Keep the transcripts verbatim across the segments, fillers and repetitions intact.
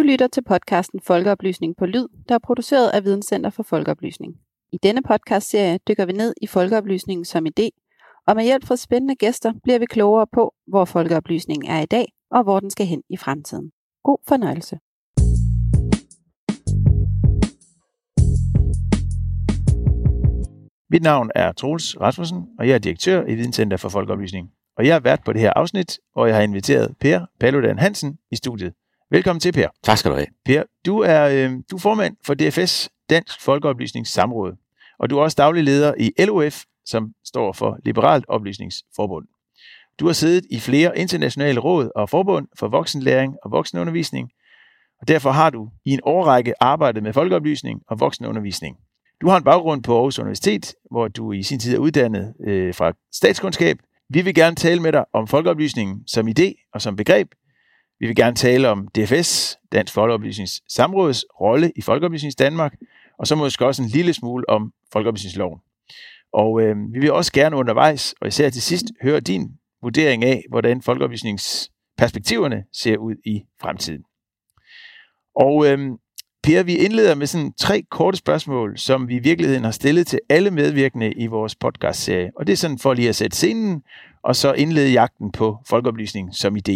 lytter til podcasten Folkeoplysning på Lyd, der er produceret af Videnscenter for Folkeoplysning. I denne podcastserie dykker vi ned i folkeoplysningen som idé, og med hjælp fra spændende gæster bliver vi klogere på, hvor folkeoplysningen er i dag, og hvor den skal hen i fremtiden. God fornøjelse. Mit navn er Troels Rasmussen, og jeg er direktør i Videnscenter for Folkeoplysning. Og jeg er vært på det her afsnit, og jeg har inviteret Per Paludan Hansen i studiet. Velkommen til, Per. Tak skal du have. Per, du er, øh, du er formand for D F S, Dansk Folkeoplysningssamråd, og du er også daglig leder i L O F, som står for Liberalt Oplysningsforbund. Du har siddet i flere internationale råd og forbund for voksenlæring og voksenundervisning, og derfor har du i en årrække arbejdet med folkeoplysning og voksenundervisning. Du har en baggrund på Aarhus Universitet, hvor du i sin tid er uddannet øh, fra statskundskab. Vi vil gerne tale med dig om folkeoplysningen som idé og som begreb. Vi vil gerne tale om D F S, Dansk Folkeoplysningssamråds rolle i Folkeoplysnings Danmark, og så måske også en lille smule om folkeoplysningsloven. Og øh, vi vil også gerne undervejs, og især til sidst, høre din vurdering af, hvordan folkeoplysningsperspektiverne ser ud i fremtiden. Og øh, Per, vi indleder med sådan tre korte spørgsmål, som vi i virkeligheden har stillet til alle medvirkende i vores podcastserie. Og det er sådan for lige at sætte scenen, og så indlede jagten på folkeoplysning som idé.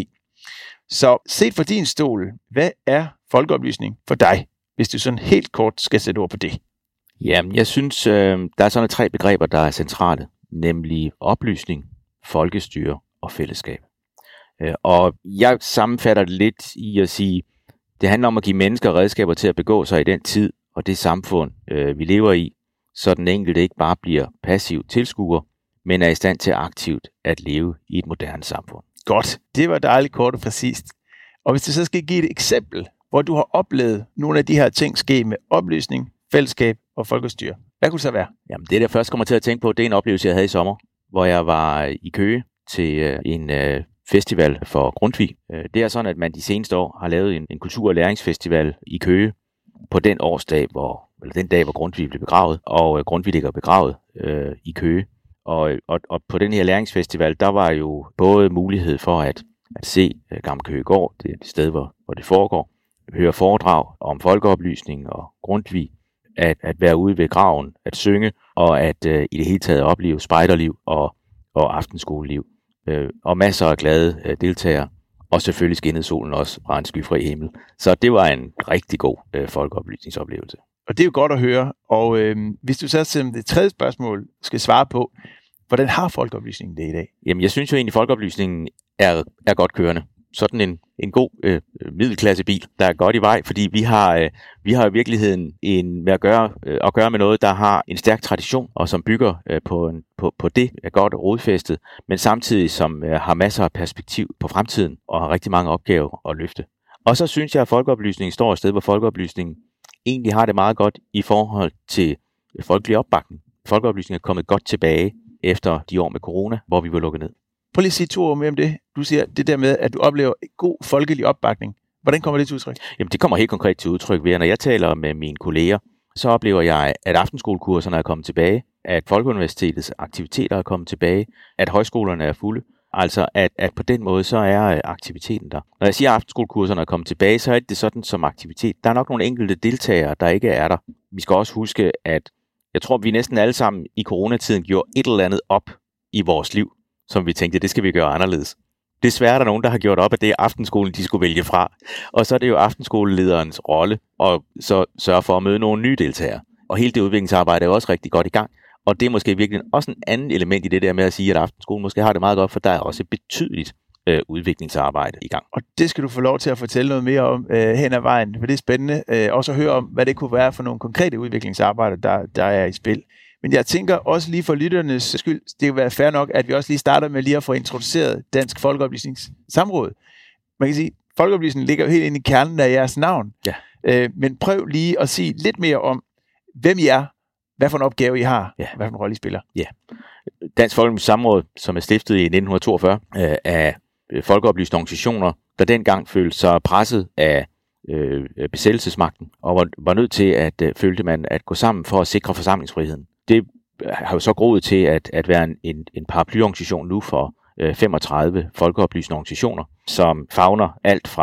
Så set fra din stol, hvad er folkeoplysning for dig, hvis du sådan helt kort skal sætte ord på det? Jamen, jeg synes, øh, der er sådan tre begreber, der er centrale, nemlig oplysning, folkestyre og fællesskab. Øh, og jeg sammenfatter det lidt i at sige, det handler om at give mennesker redskaber til at begå sig i den tid og det samfund, øh, vi lever i, så den enkelte ikke bare bliver passiv tilskuer, men er i stand til aktivt at leve i et moderne samfund. Godt, det var dejligt kort og præcist. Og hvis du så skal give et eksempel, hvor du har oplevet nogle af de her ting ske med oplysning, fællesskab og folkestyre, hvad kunne det så være? Jamen det, der først kommer til at tænke på, det er en oplevelse, jeg havde i sommer, hvor jeg var i Køge til øh, en øh, festival for Grundtvig. Det er sådan, at man de seneste år har lavet en, en kultur- og læringsfestival i Køge på den årsdag, hvor, eller den dag, hvor Grundtvig blev begravet, og øh, Grundtvig ligger begravet øh, i Køge. Og, og, og på den her læringsfestival, der var jo både mulighed for at, at se uh, Gammel Køgegård, det er det sted, hvor, hvor det foregår, høre foredrag om folkeoplysning og Grundtvig, at, at være ude ved graven, at synge, og at uh, i det hele taget opleve spejderliv og, og aftenskoleliv. Uh, og masser af glade uh, deltagere, og selvfølgelig skinnede solen også fra en skyfri himmel. Så det var en rigtig god uh, folkeoplysningsoplevelse. Og det er jo godt at høre, og øh, hvis du så som det tredje spørgsmål skal svare på, hvordan har folkeoplysningen det i dag? Jamen, jeg synes jo egentlig, at folkeoplysningen er, er godt kørende. Sådan en, en god øh, middelklassebil, der er godt i vej, fordi vi har, øh, vi har i virkeligheden en, med at, gøre, øh, at gøre med noget, der har en stærk tradition, og som bygger øh, på, en, på, på det, er godt rodfæstet, men samtidig som øh, har masser af perspektiv på fremtiden, og har rigtig mange opgaver at løfte. Og så synes jeg, at folkeoplysningen står et sted, hvor folkeoplysningen egentlig har det meget godt i forhold til folkelig opbakning. Folkeoplysningen er kommet godt tilbage efter de år med corona, hvor vi var lukket ned. Prøv lige at sige to ord mere om det. Du siger det der med, at du oplever god folkelig opbakning. Hvordan kommer det til udtryk? Jamen det kommer helt konkret til udtryk ved, at når jeg taler med mine kolleger, så oplever jeg, at aftenskolekurserne er kommet tilbage, at Folkeuniversitetets aktiviteter er kommet tilbage, at højskolerne er fulde. Altså at, at på den måde, så er aktiviteten der. Når jeg siger, at aftenskolekurserne er kommet tilbage, så er det sådan som aktivitet. Der er nok nogle enkelte deltagere, der ikke er der. Vi skal også huske, at jeg tror, vi næsten alle sammen i coronatiden gjorde et eller andet op i vores liv, som vi tænkte, det skal vi gøre anderledes. Desværre er der nogen, der har gjort op, at det er aftenskolen, de skulle vælge fra. Og så er det jo aftenskolelederens rolle at så sørge for at møde nogle nye deltagere. Og hele det udviklingsarbejde er jo også rigtig godt i gang. Og det er måske virkelig også en anden element i det der med at sige, at aftenskolen måske har det meget godt, for der er også et betydeligt øh, udviklingsarbejde i gang. Og det skal du få lov til at fortælle noget mere om øh, hen ad vejen, for det er spændende. Øh, også at høre om, hvad det kunne være for nogle konkrete udviklingsarbejder, der, der er i spil. Men jeg tænker også lige for lytternes skyld, det kan være fair nok, at vi også lige starter med lige at få introduceret Dansk Folkeoplysningssamråd. Man kan sige, at folkeoplysningen ligger jo helt inde i kernen af jeres navn. Ja. Øh, men prøv lige at sige lidt mere om, hvem I er, hvad for en opgave I har, ja. Hvad for en rolle I spiller. Ja. Dansk Folkeoplysningssamråd, som er stiftet i nitten toogfyrre øh, af folkeoplysende organisationer, der dengang følte sig presset af øh, besættelsesmagten, og var, var nødt til at øh, følte man at gå sammen for at sikre forsamlingsfriheden. Det har jo så groet til at, at være en, en, en paraplyorganisation nu for øh, femogtredive folkeoplysende organisationer, som favner alt fra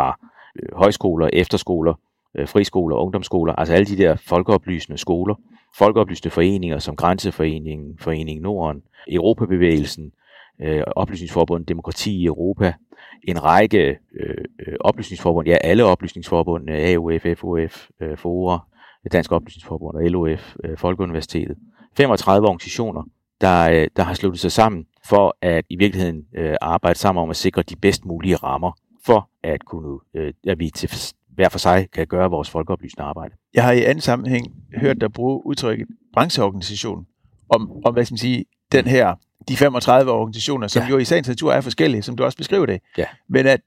højskoler, efterskoler, øh, friskoler, ungdomsskoler, altså alle de der folkeoplysende skoler, folkeoplysende foreninger som Grænseforeningen, Foreningen Norden, Europabevægelsen, øh, Oplysningsforbundet Demokrati i Europa, en række øh, oplysningsforbund, ja alle oplysningsforbund, A U F, F O F, øh, FOA, Dansk Oplysningsforbund og L O F, øh, Folkeuniversitetet. femogtredive organisationer, der, øh, der har sluttet sig sammen for at i virkeligheden øh, arbejde sammen om at sikre de bedst mulige rammer for at kunne, øh, at vi til hver for sig kan gøre vores folkeoplysende arbejde. Jeg har i anden sammenhæng hørt dig bruge udtrykket brancheorganisation om, om hvad skal man sige, den her, de femogtredive organisationer, som ja. jo i sagens natur er forskellige, som du også beskriver det. Ja. Men at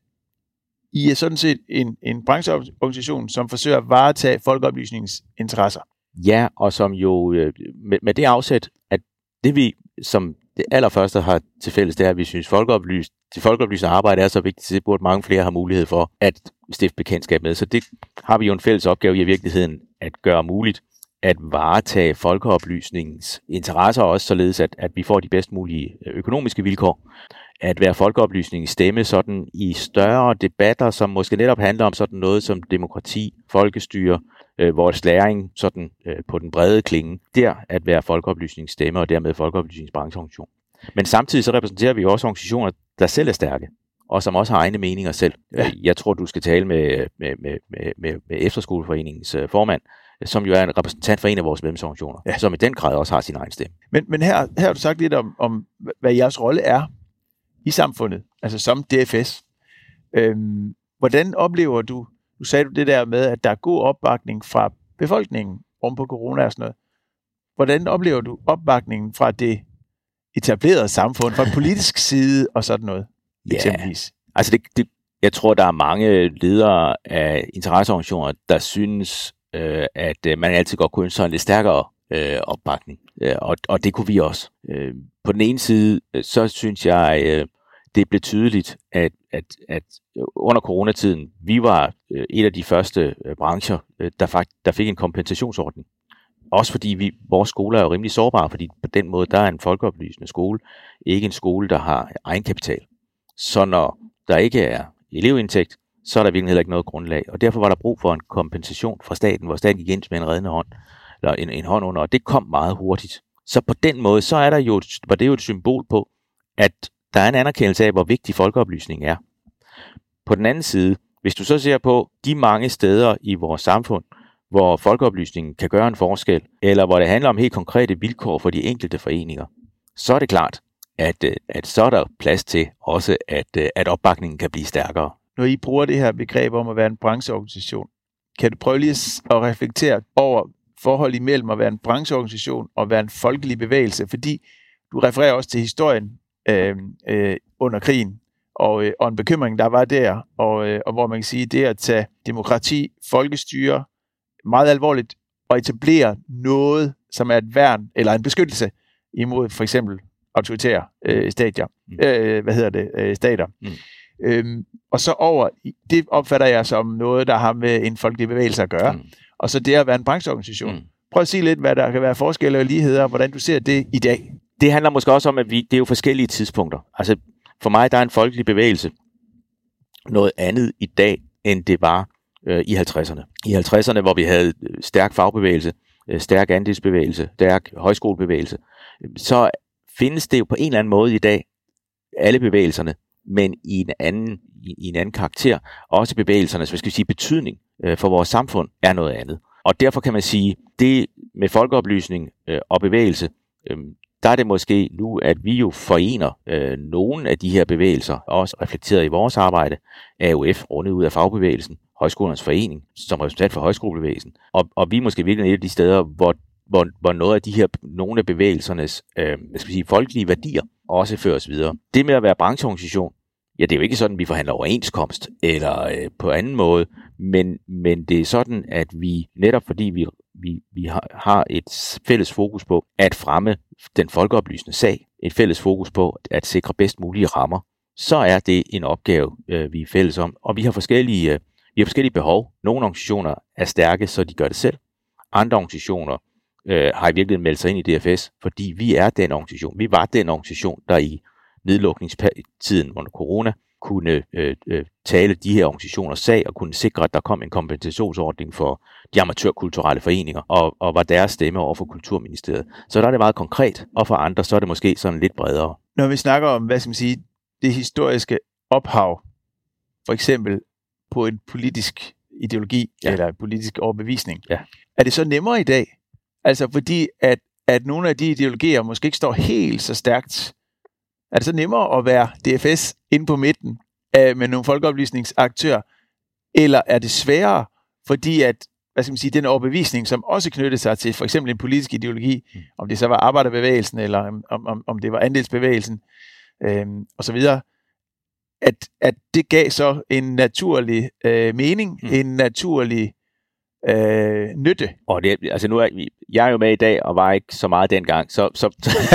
I er sådan set en, en brancheorganisation, som forsøger at varetage folkeoplysningens interesser. Ja, og som jo øh, med, med det afsæt, at det vi som det allerførste har til fælles, det er, at vi synes, folkeoplys, det folkeoplysende arbejde er så vigtigt, så det burde mange flere have mulighed for at stifte bekendtskab med. Så det har vi jo en fælles opgave i virkeligheden at gøre muligt, at varetage folkeoplysningens interesser også, således at, at vi får de bedst mulige økonomiske vilkår. At være folkeoplysningens stemme sådan i større debatter, som måske netop handler om sådan noget som demokrati, folkestyre, øh, vores læring sådan øh, på den brede klinge. Der at være folkeoplysningens stemme og dermed folkeoplysningens brancheorganisation. Men samtidig så repræsenterer vi også organisationer, der selv er stærke, og som også har egne meninger selv. Ja. Jeg tror, du skal tale med, med, med, med, med Efterskoleforeningens øh, formand, som jo er en repræsentant for en af vores medlemsorganisationer, ja. Som i den grad også har sin egen stemme. Men, men her, her har du sagt lidt om, om, hvad jeres rolle er i samfundet, altså som D F S. Øhm, hvordan oplever du, du sagde du det der med, at der er god opbakning fra befolkningen om på corona og sådan noget. Hvordan oplever du opbakningen fra det etablerede samfund, fra politisk side og sådan noget, ja, eksempelvis? Altså det, det, jeg tror, der er mange ledere af interesseorganisationer, der synes, øh, at øh, man altid godt kunne ønske sig en lidt stærkere øh, opbakning. Øh, og, og det kunne vi også. Øh, på den ene side, øh, så synes jeg, øh, det blev tydeligt, at, at, at under coronatiden, vi var øh, et af de første øh, brancher, øh, der, fakt, der fik en kompensationsordning. Også fordi vi, vores skoler er jo rimelig sårbare, fordi på den måde, der er en folkeoplysende skole, ikke en skole, der har egenkapital. Så når der ikke er elevindtægt, så er der virkelig heller ikke noget grundlag. Og derfor var der brug for en kompensation fra staten, hvor staten gik ind med en reddende hånd, eller en, en hånd under, og det kom meget hurtigt. Så på den måde, så er der jo, var det jo et symbol på, at der er en anerkendelse af, hvor vigtig folkeoplysning er. På den anden side, hvis du så ser på de mange steder i vores samfund, hvor folkeoplysningen kan gøre en forskel, eller hvor det handler om helt konkrete vilkår for de enkelte foreninger, så er det klart, at, at så er der plads til også, at, at opbakningen kan blive stærkere. Når I bruger det her begreb om at være en brancheorganisation, kan du prøve lige at reflektere over forholdet imellem at være en brancheorganisation og være en folkelig bevægelse? Fordi du refererer også til historien øh, øh, under krigen, og, øh, og en bekymring, der var der, og, øh, og hvor man kan sige, det at tage demokrati, folkestyre, meget alvorligt, og etablere noget, som er et værn, eller en beskyttelse imod for eksempel autoritære øh, stadier, mm. øh, hvad hedder det, øh, stater. Mm. Øhm, og så over, det opfatter jeg som noget, der har med en folkelig bevægelse at gøre, mm. og så det at være en brancheorganisation. Mm. Prøv at sige lidt, hvad der kan være forskelle og ligheder, og hvordan du ser det i dag. Det handler måske også om, at vi, det er jo forskellige tidspunkter. Altså for mig, der er en folkelig bevægelse noget andet i dag, end det var øh, i halvtredserne. I halvtredserne, hvor vi havde stærk fagbevægelse, øh, stærk andelsbevægelse, stærk højskolebevægelse, så findes det jo på en eller anden måde i dag, alle bevægelserne, men i en anden, i, i en anden karakter. Også bevægelsernes, hvad skal vi sige, betydning øh, for vores samfund er noget andet. Og derfor kan man sige, det med folkeoplysning øh, og bevægelse, øh, der er det måske nu, at vi jo forener øh, nogle af de her bevægelser, også reflekteret i vores arbejde, A U F, rundet ud af fagbevægelsen, Højskolernes Forening, som repræsentant for højskolebevægelsen. Og, og vi er måske virkelig et af de steder, hvor, hvor, hvor noget af de her, nogle af bevægelsernes, øh, hvad skal vi sige, folkelige værdier også føres videre. Det med at være brancheorganisation, ja, det er jo ikke sådan, at vi forhandler overenskomst, eller øh, på anden måde, men, men det er sådan, at vi, netop fordi vi, vi, vi har, har et fælles fokus på at fremme den folkeoplysende sag, et fælles fokus på at sikre bedst mulige rammer, så er det en opgave, øh, vi er fælles om. Og vi har forskellige, øh, vi har forskellige behov. Nogle organisationer er stærke, så de gør det selv. Andre organisationer øh, har i virkeligheden meldt sig ind i D F S, fordi vi er den organisation. Vi var den organisation, der i nedlukningstiden under corona kunne øh, øh, tale de her organisationers sag og kunne sikre, at der kom en kompensationsordning for de amatørkulturelle foreninger og, og var deres stemme over for Kulturministeriet. Så der er det meget konkret, og for andre så er det måske sådan lidt bredere. Når vi snakker om, hvad skal man sige, det historiske ophav, for eksempel på en politisk ideologi ja. eller en politisk overbevisning, ja. er det så nemmere i dag? Altså fordi, at, at nogle af de ideologier måske ikke står helt så stærkt. Er det så nemmere at være D F S inde på midten øh, med nogle folkeoplysningsaktører, eller er det sværere, fordi at, hvad skal man sige, den overbevisning, som også knyttede sig til for eksempel en politisk ideologi, mm. om det så var arbejderbevægelsen, eller om, om, om det var andelsbevægelsen, øh, og så videre, at, at det gav så en naturlig øh, mening, mm. en naturlig øh, nytte. Og det, altså nu er jeg er jo med i dag, og var ikke så meget dengang, så, så,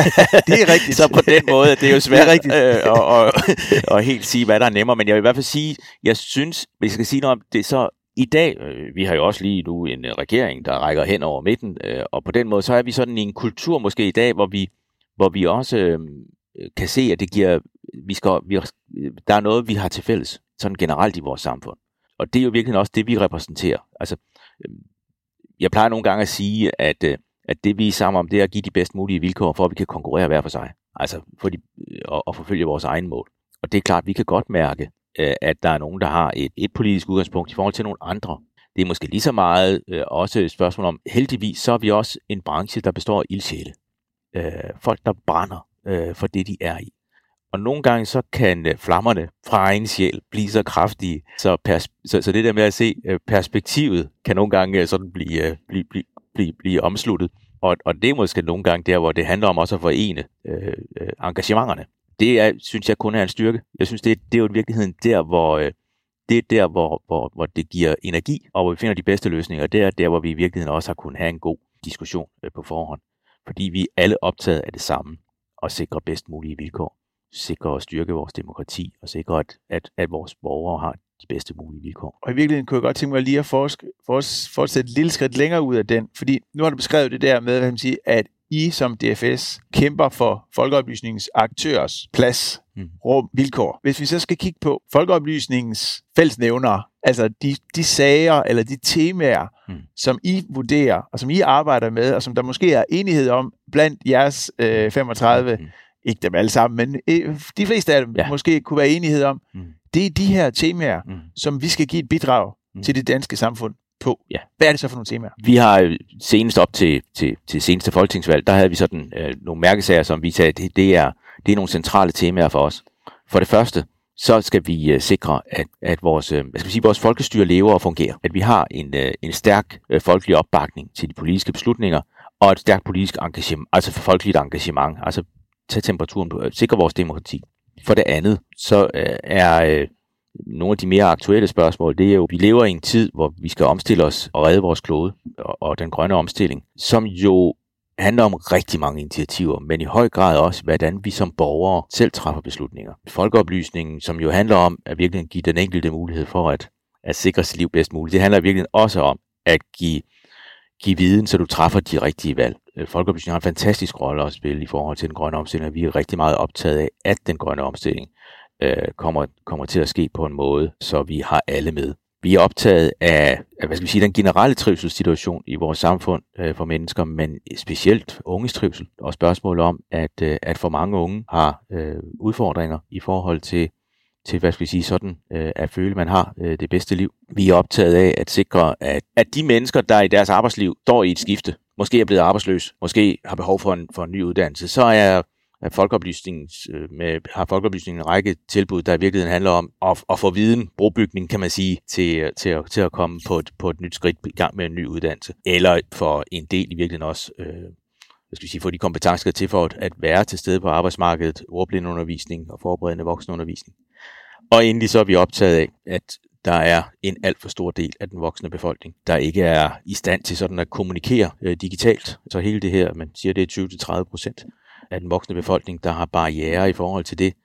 det er rigtigt. Så på den måde, det er jo svært det er øh, og, og, og helt sige, hvad der er nemmere, men jeg vil i hvert fald sige, jeg synes, hvis jeg skal sige noget om det, så i dag, øh, vi har jo også lige nu en øh, regering, der rækker hen over midten, øh, og på den måde, så er vi sådan i en kultur måske i dag, hvor vi, hvor vi også øh, kan se, at det giver, vi skal, vi, der er noget, vi har til fælles, sådan generelt i vores samfund. Og det er jo virkelig også det, vi repræsenterer. Altså, øh, jeg plejer nogle gange at sige, at, øh, at det vi er sammen om, det er at give de bedst mulige vilkår, for at vi kan konkurrere hver for sig. Altså, for de, og, og forfølge vores egen mål. Og det er klart, vi kan godt mærke, at der er nogen, der har et, et politisk udgangspunkt i forhold til nogle andre. Det er måske lige så meget øh, også et spørgsmål om, heldigvis så er vi også en branche, der består af ildsjæle. Øh, folk, der brænder øh, for det, de er i. Og nogle gange så kan øh, flammerne fra egen sjæl blive så kraftige, så, pers- så, så det der med at se øh, perspektivet kan nogle gange øh, sådan blive, øh, blive, blive, blive, blive omsluttet. Og, og det er måske nogle gange der, hvor det handler om også at forene øh, øh, engagementerne. Det er, synes jeg kun er en styrke. Jeg synes, det er, det er jo i virkeligheden der, hvor, øh, det er der hvor, hvor, hvor det giver energi, og hvor vi finder de bedste løsninger. Det er der, hvor vi i virkeligheden også har kunnet have en god diskussion øh, på forhånd. Fordi vi er alle optaget af det samme, og sikre bedst mulige vilkår. Sikre og styrke vores demokrati, og sikre, at, at, at vores borgere har de bedste mulige vilkår. Og i virkeligheden kunne jeg godt tænke mig lige at forske, fortsætte et lille skridt længere ud af den, fordi nu har du beskrevet det der med, hvad man siger, at I som D F S kæmper for folkeoplysningens aktørers plads, mm. rum, vilkår. Hvis vi så skal kigge på folkeoplysningens fællesnævnere, altså de, de sager eller de temaer, mm. som I vurderer, og som I arbejder med, og som der måske er enighed om blandt jeres øh, femogtredive, mm. ikke dem alle sammen, men øh, de fleste af dem ja. måske kunne være enighed om, mm. det er de her temaer, mm. som vi skal give et bidrag mm. til det danske samfund på. Ja. Hvad er det så for nogle temaer? Vi har senest op til, til, til seneste folketingsvalg, der havde vi sådan øh, nogle mærkesager, som vi sagde, det, det, er, det er nogle centrale temaer for os. For det første, så skal vi øh, sikre, at, at vores, øh, hvad skal vi sige, vores folkestyre lever og fungerer. At vi har en, øh, en stærk øh, folkelig opbakning til de politiske beslutninger, og et stærkt politisk engagement, altså for folkeligt engagement, altså tage temperaturen på, øh, sikre vores demokrati. For det andet, så øh, er øh, nogle af de mere aktuelle spørgsmål, det er jo, vi lever i en tid, hvor vi skal omstille os og redde vores klode, og, og den grønne omstilling, som jo handler om rigtig mange initiativer, men i høj grad også, hvordan vi som borgere selv træffer beslutninger. Folkeoplysningen, som jo handler om at virkelig give den enkelte mulighed for at, at sikre sit liv bedst muligt, det handler virkelig også om at give, give viden, så du træffer de rigtige valg. Folkeoplysningen har en fantastisk rolle at spille i forhold til den grønne omstilling, og vi er rigtig meget optaget af, at den grønne omstilling øh, kommer, kommer til at ske på en måde, så vi har alle med. Vi er optaget af, hvad skal vi sige, den generelle trivselssituation i vores samfund øh, for mennesker, men specielt unges trivsel, og spørgsmål om, at, øh, at for mange unge har øh, udfordringer i forhold til, til, hvad skal vi sige, sådan øh, at føle, man har øh, det bedste liv. Vi er optaget af at sikre, at, at de mennesker, der i deres arbejdsliv står i et skifte, måske er blevet arbejdsløs, måske har behov for en, for en ny uddannelse, så er at folkeoplysningen med, har folkeoplysningen en række tilbud, der i virkeligheden handler om at, at få viden, brobygning, kan man sige, til, til, at, til at komme på et, på et nyt skridt i gang med en ny uddannelse. Eller for en del i virkeligheden også, øh, hvad skal vi sige, få de kompetencer til for at, at være til stede på arbejdsmarkedet, ordblindeundervisning og forberedende voksenundervisning. Og endelig så er vi optaget af, at der er en alt for stor del af den voksne befolkning, der ikke er i stand til sådan at kommunikere øh, digitalt. Så hele det her, man siger, det er tyve til tredive procent af den voksne befolkning, der har barrierer i forhold til det,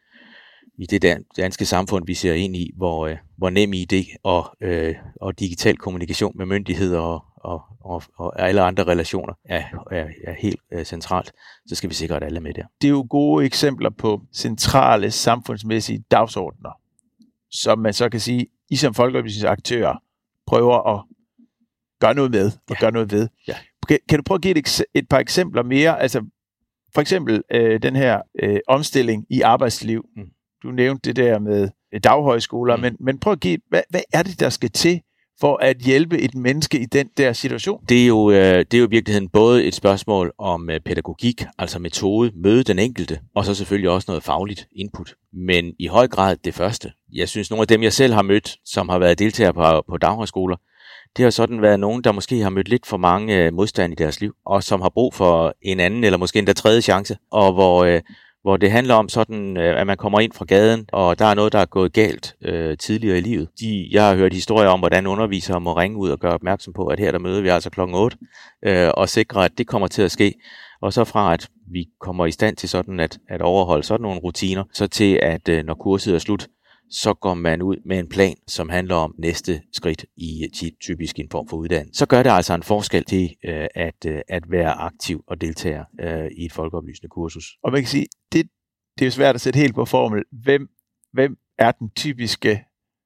i det danske samfund, vi ser ind i, hvor, øh, hvor nem idé og, øh, og digital kommunikation med myndigheder og, og, og, og alle andre relationer er, er, er helt øh, centralt, så skal vi sikre, at alle er med der. Det er jo gode eksempler på centrale samfundsmæssige dagsordner. som man så kan sige, I som folkeoplysningsaktører prøver at gøre noget med, og ja. gøre noget ved. Ja. Kan, kan du prøve at give et, et par eksempler mere? Altså, for eksempel øh, den her øh, omstilling i arbejdsliv. Mm. Du nævnte det der med daghøjskoler, mm. men, men prøv at give, hvad, hvad er det, der skal til for at hjælpe et menneske i den der situation? Det er jo, øh, det er jo i virkeligheden både et spørgsmål om øh, pædagogik, altså metode, møde den enkelte, og så selvfølgelig også noget fagligt input. Men i høj grad det første. Jeg synes, nogle af dem, jeg selv har mødt, som har været deltagere på, på daghøjskoler, det har sådan været nogen, der måske har mødt lidt for mange øh, modstand i deres liv, og som har brug for en anden, eller måske endda tredje chance, og hvor... Øh, hvor det handler om sådan, at man kommer ind fra gaden, og der er noget, der er gået galt øh, tidligere i livet. De, jeg har hørt historier om, hvordan undervisere må ringe ud og gøre opmærksom på, at her der møder vi altså klokken otte, øh, og sikre, at det kommer til at ske. Og så fra, at vi kommer i stand til sådan at, at overholde sådan nogle rutiner, så til, at øh, når kurset er slut, så går man ud med en plan, som handler om næste skridt i typisk en form for uddannelse. Så gør det altså en forskel til øh, at, øh, at være aktiv og deltager øh, i et folkeoplysende kursus. Og man kan sige, det, det er jo svært at sætte helt på formel. Hvem, hvem er den typiske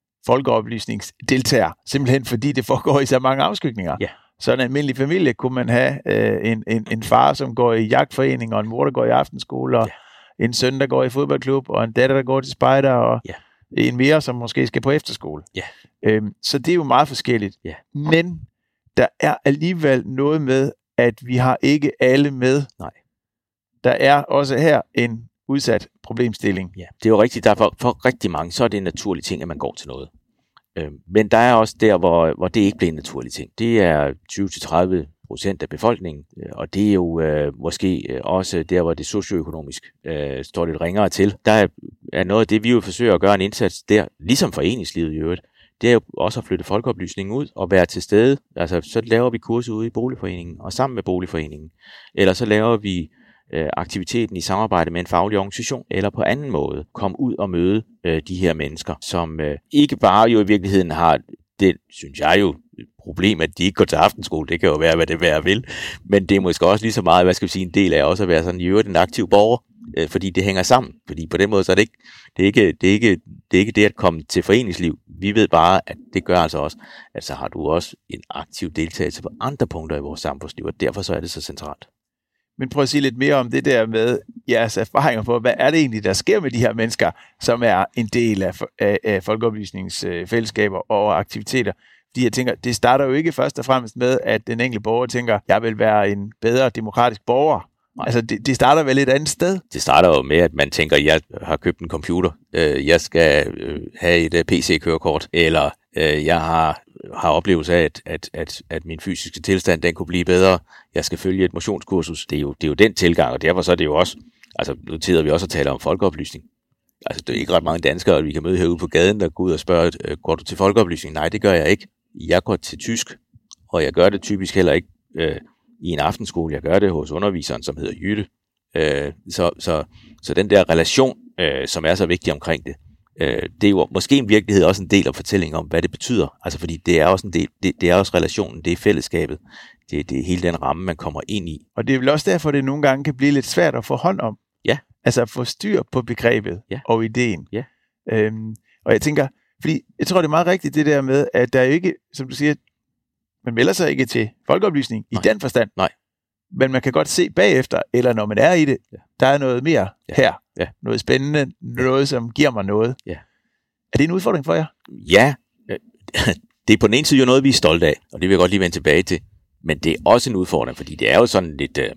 folkeoplysningsdeltager? Simpelthen fordi det foregår i så mange afskygninger. Ja. Så en almindelig familie kunne man have øh, en, en, en far, som går i jagtforening, og en mor, der går i aftenskole, og ja. en søn, der går i fodboldklub, og en datter, der går til spejder, og ja. en mere, som måske skal på efterskole. Ja. Øhm, så det er jo meget forskelligt. Ja. Men der er alligevel noget med, at vi har ikke alle med. Nej. Der er også her en udsat problemstilling. Ja, det er jo rigtigt. Der for, for rigtig mange, så er det en naturlig ting, at man går til noget. Øhm, men der er også der, hvor, hvor det ikke bliver en naturlig ting. Det er tyve til tredive procent af befolkningen, og det er jo øh, måske øh, også der, hvor det socioøkonomisk øh, står lidt ringere til. Der er, er noget af det, vi jo forsøger at gøre en indsats der, ligesom foreningslivet i øvrigt, det er jo også at flytte folkeoplysningen ud og være til stede. Altså, så laver vi kurser ude i boligforeningen og sammen med boligforeningen. Eller så laver vi øh, aktiviteten i samarbejde med en faglig organisation, eller på anden måde komme ud og møde øh, de her mennesker, som øh, ikke bare jo i virkeligheden har det, synes jeg jo, problem, at de ikke går til aftenskole. Det kan jo være, hvad det være vil. Men det er måske også lige så meget, hvad skal vi sige, en del af også at være sådan i øvrigt en aktiv borger, øh, fordi det hænger sammen. Fordi på den måde, så er det ikke det er ikke, det er ikke, det er ikke det at komme til foreningsliv. Vi ved bare, at det gør altså også, at så har du også en aktiv deltagelse på andre punkter i vores samfundsliv, og derfor så er det så centralt. Men prøv at sige lidt mere om det der med jeres erfaringer på, hvad er det egentlig, der sker med de her mennesker, som er en del af, af, af folkeoplysningsfællesskaber og aktiviteter. De jeg tænker, det starter jo ikke først og fremmest med, at den enkelte borger tænker, jeg vil være en bedre demokratisk borger. Nej. Altså, det, det starter vel et andet sted? Det starter jo med, at man tænker, jeg har købt en computer, jeg skal have et P C-kørekort, eller jeg har, har oplevelse af, at, at, at, at min fysiske tilstand, den kunne blive bedre. Jeg skal følge et motionskursus. Det er jo, det er jo den tilgang, og derfor så er det jo også, altså nu tider vi også at tale om folkeoplysning. Altså, det er ikke ret mange danskere, vi kan møde herude på gaden, der går ud og spørger, går du til folkeoplysning? Nej, det gør jeg ikke. Jeg går til tysk, og jeg gør det typisk heller ikke øh, i en aftenskole. Jeg gør det hos underviseren, som hedder Jytte. Øh, så, så, så den der relation, øh, som er så vigtig omkring det, øh, det er jo måske i virkelighed også en del af fortællingen om, hvad det betyder. Altså, fordi det er også en del, det, det er også relationen, det er fællesskabet. Det, det er hele den ramme, man kommer ind i. Og det er vel også derfor, det nogle gange kan blive lidt svært at få hånd om. Ja. Altså at få styr på begrebet ja. og ideen. Ja. Øhm, og jeg tænker, fordi jeg tror, det er meget rigtigt det der med, at der er jo ikke, som du siger, man melder sig ikke til folkeoplysning i Nej. den forstand. Nej. Men man kan godt se bagefter, eller når man er i det, ja. der er noget mere ja. her. Ja. Noget spændende, noget som giver mig noget. Ja. Er det en udfordring for jer? Ja. Det er på den ene side jo noget, vi er stolte af, og det vil jeg godt lige vende tilbage til. Men det er også en udfordring, fordi det er jo sådan lidt... Øh,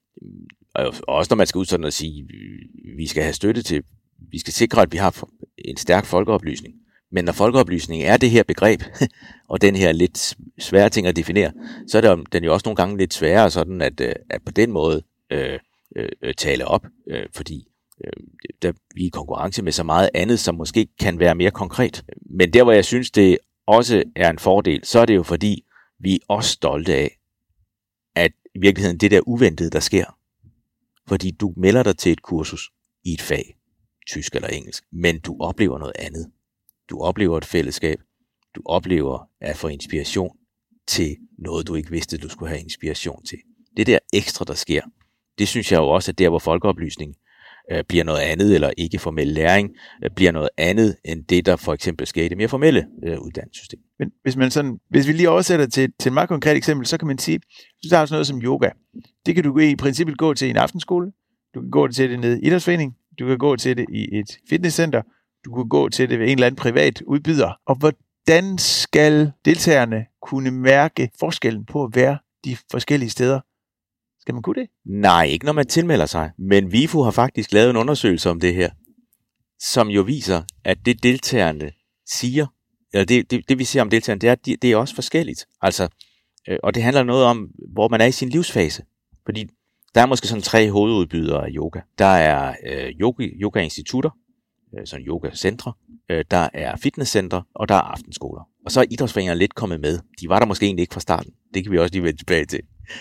også når man skal ud sådan og sige, vi skal have støtte til, vi skal sikre, at vi har en stærk folkeoplysning. Men når folkeoplysning er det her begreb, og den her lidt svære ting at definere, så er det, den jo også nogle gange lidt sværere sådan, at, at på den måde øh, øh, tale op, øh, fordi øh, der, vi er i konkurrence med så meget andet, som måske kan være mere konkret. Men der, hvor jeg synes, det også er en fordel, så er det jo fordi, vi er også stolte af, at i virkeligheden det der uventede, der sker, fordi du melder dig til et kursus i et fag, tysk eller engelsk, men du oplever noget andet. Du oplever et fællesskab. Du oplever at få inspiration til noget, du ikke vidste, du skulle have inspiration til. Det der ekstra, der sker, det synes jeg jo også, at der, hvor folkeoplysning øh, bliver noget andet, eller ikke formel læring, øh, bliver noget andet, end det, der for eksempel sker i det mere formelle øh, uddannelsessystem. Men hvis, man sådan, hvis vi lige oversætter til, til et meget konkret eksempel, så kan man sige, så der er sådan noget som yoga. Det kan du i princippet gå til i en aftenskole, du kan gå til det nede i idrætsforening, du kan gå til det i et fitnesscenter, du kan gå til det ved en eller anden privat udbyder. Og hvordan skal deltagerne kunne mærke forskellen på at være de forskellige steder? Skal man kunne det? Nej, ikke når man tilmelder sig. Men V I F U har faktisk lavet en undersøgelse om det her, som jo viser, at det deltagerne siger, eller det, det, det vi siger om deltagerne, det er, det, det er også forskelligt. Altså, øh, og det handler noget om, hvor man er i sin livsfase. Fordi der er måske sådan tre hovedudbydere af yoga. Der er øh, yoga, yoga-institutter, øh, sådan yoga-centre, øh, der er fitnesscentre, og der er aftenskoler. Og så er idrætsforeningerne lidt kommet med. De var der måske egentlig ikke fra starten. Det kan vi også lige vende tilbage til.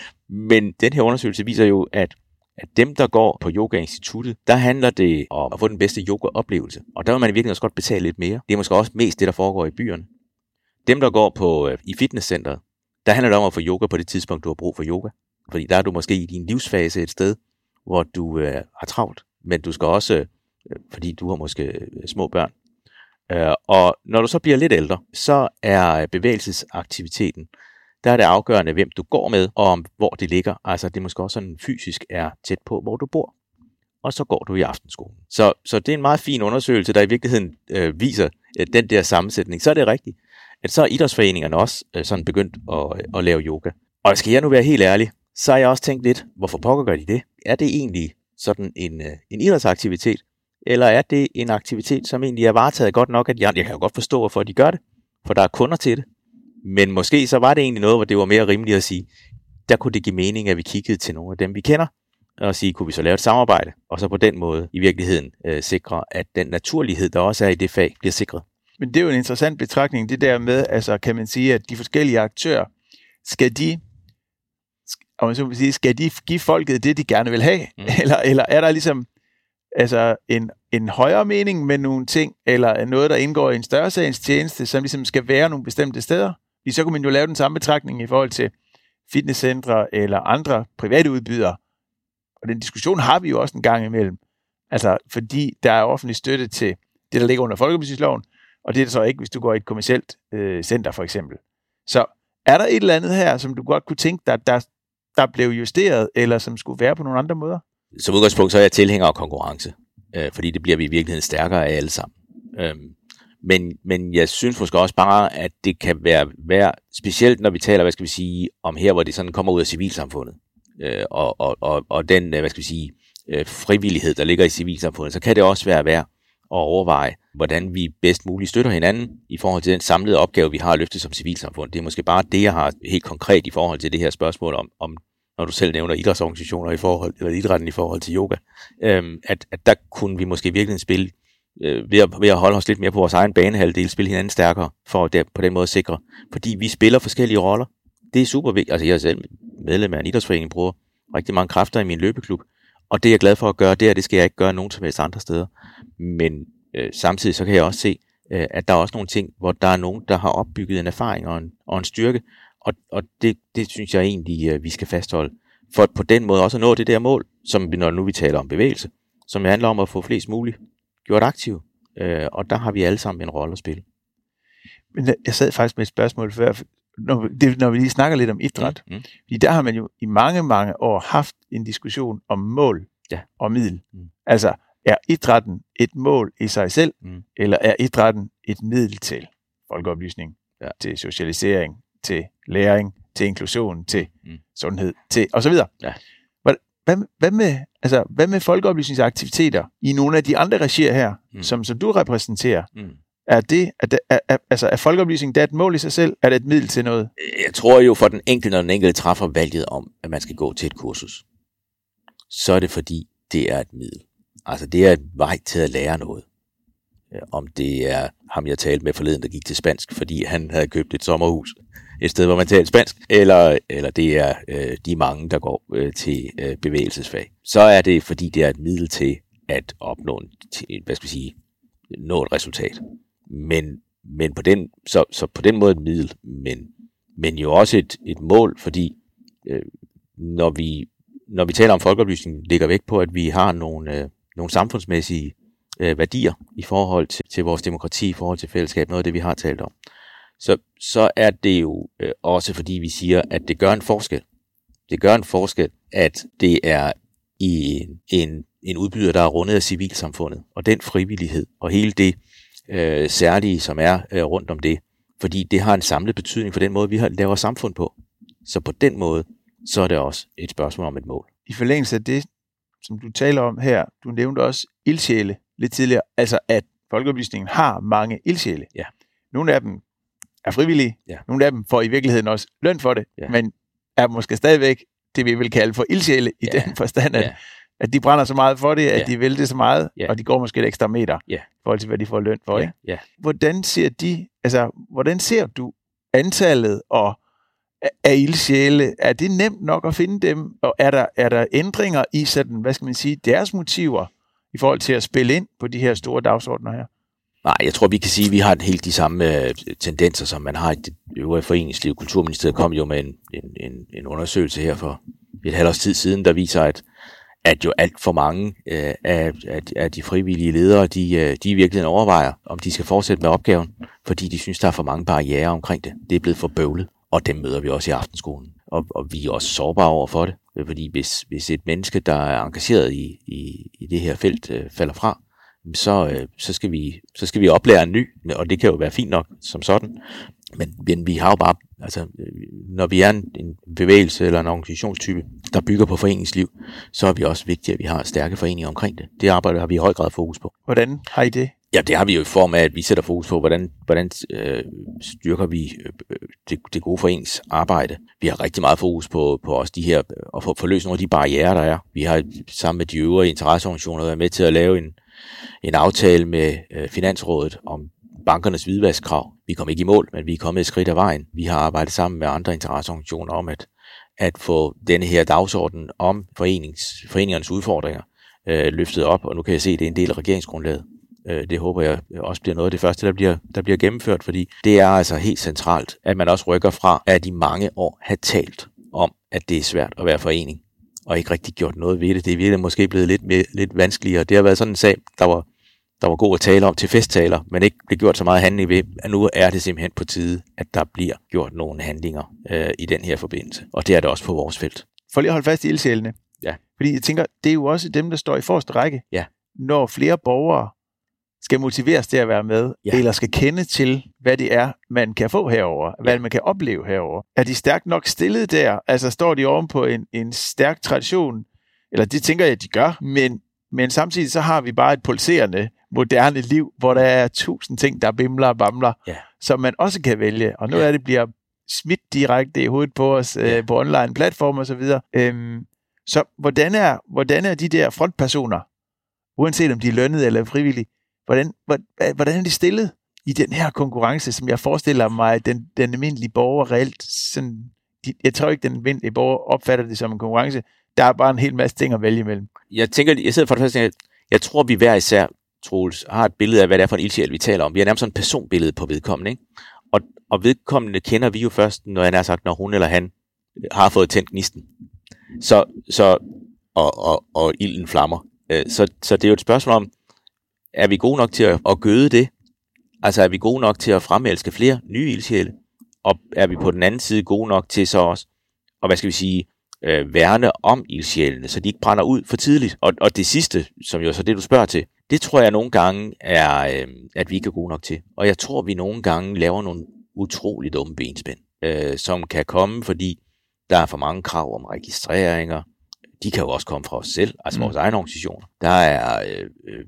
Men den her undersøgelse viser jo, at, at dem, der går på yoga-instituttet, der handler det om at få den bedste yoga-oplevelse. Og der vil man virkelig også godt betale lidt mere. Det er måske også mest det, der foregår i byerne. Dem, der går på øh, i fitnesscenteret, der handler det om at få yoga på det tidspunkt, du har brug for yoga. Fordi der er du måske i din livsfase et sted, hvor du øh, har travlt. Men du skal også, øh, fordi du har måske øh, små børn. Øh, og når du så bliver lidt ældre, så er bevægelsesaktiviteten, der er det afgørende, hvem du går med, og om hvor det ligger. Altså det måske også sådan fysisk er tæt på, hvor du bor. Og så går du i aftenskolen. Så, så det er en meget fin undersøgelse, der i virkeligheden øh, viser øh, den der sammensætning. Så er det rigtigt, at så er idrætsforeningerne også øh, sådan begyndt at, at lave yoga. Og skal jeg nu være helt ærlig, så har jeg også tænkt lidt, hvorfor pokker gør de det? Er det egentlig sådan en, øh, en idrætsaktivitet? Eller er det en aktivitet, som egentlig er varetaget godt nok, at jeg, jeg kan jo godt forstå, hvorfor de gør det, for der er kunder til det. Men måske så var det egentlig noget, hvor det var mere rimeligt at sige, der kunne det give mening, at vi kiggede til nogle af dem, vi kender, og sige, kunne vi så lave et samarbejde, og så på den måde i virkeligheden øh, sikre, at den naturlighed, der også er i det fag, bliver sikret. Men det er jo en interessant betragtning, det der med, altså kan man sige, at de forskellige aktører, skal de, og man så vil sige, skal de give folket det, de gerne vil have? Mm. Eller, eller er der ligesom altså en, en højere mening med nogle ting, eller noget, der indgår i en større sagens tjeneste, som ligesom skal være nogle bestemte steder? Fordi så kunne man jo lave den samme betragtning i forhold til fitnesscentre eller andre private udbydere. Og den diskussion har vi jo også en gang imellem. Altså, fordi der er offentlig støtte til det, der ligger under folkeoplysningsloven, og det er det så ikke, hvis du går i et kommercielt øh, center, for eksempel. Så er der et eller andet her, som du godt kunne tænke dig, der, der blev justeret, eller som skulle være på nogle andre måder? Som udgangspunkt, så er jeg tilhænger af konkurrence, øh, fordi det bliver vi i virkeligheden stærkere af alle sammen. Øhm, men, men jeg synes måske også bare, at det kan være, være specielt, når vi taler, hvad skal vi sige, om her, hvor det sådan kommer ud af civilsamfundet, øh, og, og, og, og den, hvad skal vi sige, øh, frivillighed, der ligger i civilsamfundet, så kan det også være værd at overveje, hvordan vi bedst muligt støtter hinanden i forhold til den samlede opgave, vi har at løfte som civilsamfund. Det er måske bare det, jeg har helt konkret i forhold til det her spørgsmål om, om når du selv nævner idrætsorganisationer i forhold, eller idrætten i forhold til yoga, øhm, at, at der kunne vi måske virkelig spille, øh, ved, at, ved at holde os lidt mere på vores egen banehalvdel, spille hinanden stærkere, for at på den måde sikre. Fordi vi spiller forskellige roller. Det er super vigtigt. Altså jeg er selv medlem af en idrætsforening, bruger rigtig mange kræfter i min løbeklub, og det er jeg glad for at gøre, det er, det skal jeg ikke gøre nogen som helst andre steder. Men øh, samtidig så kan jeg også se, øh, at der er også nogle ting, hvor der er nogen, der har opbygget en erfaring og en, og en styrke, og, og det, det synes jeg egentlig, øh, vi skal fastholde. For på den måde også at nå det der mål, som vi, når nu vi taler om bevægelse, som handler om at få flest muligt gjort aktiv. Øh, og der har vi alle sammen en rolle at spille. Men jeg sad faktisk med et spørgsmål før, når, det, når vi lige snakker lidt om idræt. Mm, mm. Fordi der har man jo i mange, mange år haft en diskussion om mål ja. og middel. Mm. Altså, er idrætten et mål i sig selv, mm. eller er idrætten et middel til folkeoplysning, ja. til socialisering, til læring, til inklusion, til mm. sundhed, til og så videre. Ja. Hvad, hvad, hvad, med, altså, hvad med folkeoplysningsaktiviteter i nogle af de andre regier her, mm. som, som du repræsenterer? Mm. Er det, er, det er, er, altså, er folkeoplysning det er et mål i sig selv? Er det et middel til noget? Jeg tror jo for den enkelte, når den enkelte træffer valget om, at man skal gå til et kursus, så er det fordi, det er et middel. Altså det er et vej til at lære noget. Om det er ham, jeg talte med forleden, der gik til spansk, fordi han havde købt et sommerhus et sted, hvor man talte spansk, eller, eller det er øh, de mange, der går øh, til øh, bevægelsesfag. Så er det, fordi det er et middel til at opnå en, til, hvad skal vi sige, nå et resultat. Men, men på den, så, så på den måde et middel, men, men jo også et, et mål, fordi øh, når, vi, når vi taler om folkeoplysning, ligger vægt på, at vi har nogle, øh, nogle samfundsmæssige øh, værdier i forhold til, til vores demokrati, i forhold til fællesskab, noget af det, vi har talt om, så, så er det jo øh, også fordi vi siger, at det gør en forskel. Det gør en forskel, at det er i en, en udbyder, der er rundet af civilsamfundet, og den frivillighed, og hele det øh, særlige, som er øh, rundt om det, fordi det har en samlet betydning for den måde, vi har, laver samfund på. Så på den måde, så er det også et spørgsmål om et mål. I forlængelse af det, som du taler om her, du nævnte også ildsjæle lidt tidligere, altså at folkeoplysningen har mange ildsjæle. Ja. Nogle af dem er frivillige, ja. Nogle af dem får i virkeligheden også løn for det, ja. Men er måske stadigvæk det, vi vil kalde for ildsjæle i ja. Den forstand, at, ja. At de brænder så meget for det, at ja. De vil det så meget, ja. Og de går måske et ekstra meter, ja. I forhold til, hvad de får løn for. Ja. Ikke? Ja. Hvordan ser de, altså, hvordan ser du antallet og af ildsjæle? Er det nemt nok at finde dem? Og er der, er der ændringer i sådan, hvad skal man sige, deres motiver i forhold til at spille ind på de her store dagsordner her? Nej, jeg tror, vi kan sige, at vi har helt de samme øh, tendenser, som man har i det øvrige foreningsliv. Kulturministeriet kom jo med en, en, en, en undersøgelse her for et halvt års tid siden, der viser, at, at jo alt for mange øh, af, af, af de frivillige ledere, de, øh, de i virkeligheden overvejer, om de skal fortsætte med opgaven, fordi de synes, der er for mange barrierer omkring det. Det er blevet for bøvlet, og dem møder vi også i aftenskolen. Og, og vi er også sårbare over for det, fordi hvis, hvis et menneske, der er engageret i, i, i det her felt, øh, falder fra, Så, øh, så, skal vi, så skal vi oplære en ny, og det kan jo være fint nok som sådan, men, men vi har jo bare, altså når vi er en, en bevægelse eller en organisationstype, der bygger på foreningsliv, så er vi også vigtigt, at vi har stærke foreninger omkring det. Det arbejde har vi i høj grad fokus på. Hvordan har I det? Ja, det har vi jo i form af, at vi sætter fokus på, hvordan, hvordan øh, styrker vi øh, det, det gode foreningsarbejde. Vi har rigtig meget fokus på, på også de her, og få forløst nogle af de barrierer, der er. Vi har sammen med de øvrige interesseorganisationer været med til at lave en en aftale med øh, Finansrådet om bankernes hvidvaskkrav. Vi kom ikke i mål, men vi er kommet et skridt af vejen. Vi har arbejdet sammen med andre interesseorganisationer om at, at få denne her dagsorden om forenings, foreningernes udfordringer øh, løftet op, og nu kan jeg se, at det er en del af regeringsgrundlaget. Øh, det håber jeg også bliver noget af det første, der bliver, der bliver gennemført, fordi det er altså helt centralt, at man også rykker fra, at i mange år have talt om, at det er svært at være forening, og ikke rigtig gjort noget ved det. Det er virkelig måske blevet lidt, mere, lidt vanskeligere. Det har været sådan en sag, der var, der var god at tale om til festtaler, men ikke blev gjort så meget handling ved, at nu er det simpelthen på tide, at der bliver gjort nogle handlinger øh, i den her forbindelse. Og det er det også på vores felt. For lige at holde fast i ildsjælene. Ja. Fordi jeg tænker, det er jo også dem, der står i forreste række. Ja. Når flere borgere skal motiveres til at være med, ja. Eller skal kende til, hvad det er, man kan få herover, hvad ja. Man kan opleve herover. Er de stærkt nok stillet der? Altså står de oven på en, en stærk tradition? Eller det tænker jeg, at de gør, men, men samtidig så har vi bare et pulserende, moderne liv, hvor der er tusind ting, der bimler og bamler, ja. Som man også kan vælge. Og nu ja. Er det bliver smidt direkte i hovedet på os ja. øh, på online platformer og så videre. Øhm, så hvordan er, hvordan er de der frontpersoner, uanset om de er lønnet eller frivillige, Hvordan, hvordan er de stillet i den her konkurrence, som jeg forestiller mig, den, den almindelige borger reelt, sådan, de, jeg tror ikke, den almindelige borger opfatter det som en konkurrence. Der er bare en hel masse ting at vælge imellem. Jeg tænker, jeg sidder for det første, jeg, jeg tror, vi hver især, Troels, har et billede af, hvad det er for en ildsjæl, vi taler om. Vi har nærmest sådan et personbillede på vedkommende, ikke? Og, og vedkommende kender vi jo først, når han er sagt, når hun eller han har fået tændt gnisten. Så, så, og, og, og ilden flammer. Så, så det er jo et spørgsmål om, er vi gode nok til at, at gøde det? Altså er vi gode nok til at fremelske flere nye ildsjæle? Og er vi på den anden side gode nok til så også, og hvad skal vi sige, øh, værne om ildsjælene, så de ikke brænder ud for tidligt? Og, og det sidste, som jo så det du spørger til, det tror jeg nogle gange er, øh, at vi ikke er gode nok til. Og jeg tror, vi nogle gange laver nogle utroligt dumme benspænd, øh, som kan komme, fordi der er for mange krav om registreringer. De kan jo også komme fra os selv, altså mm. vores egne organisationer. Der er... Øh, øh,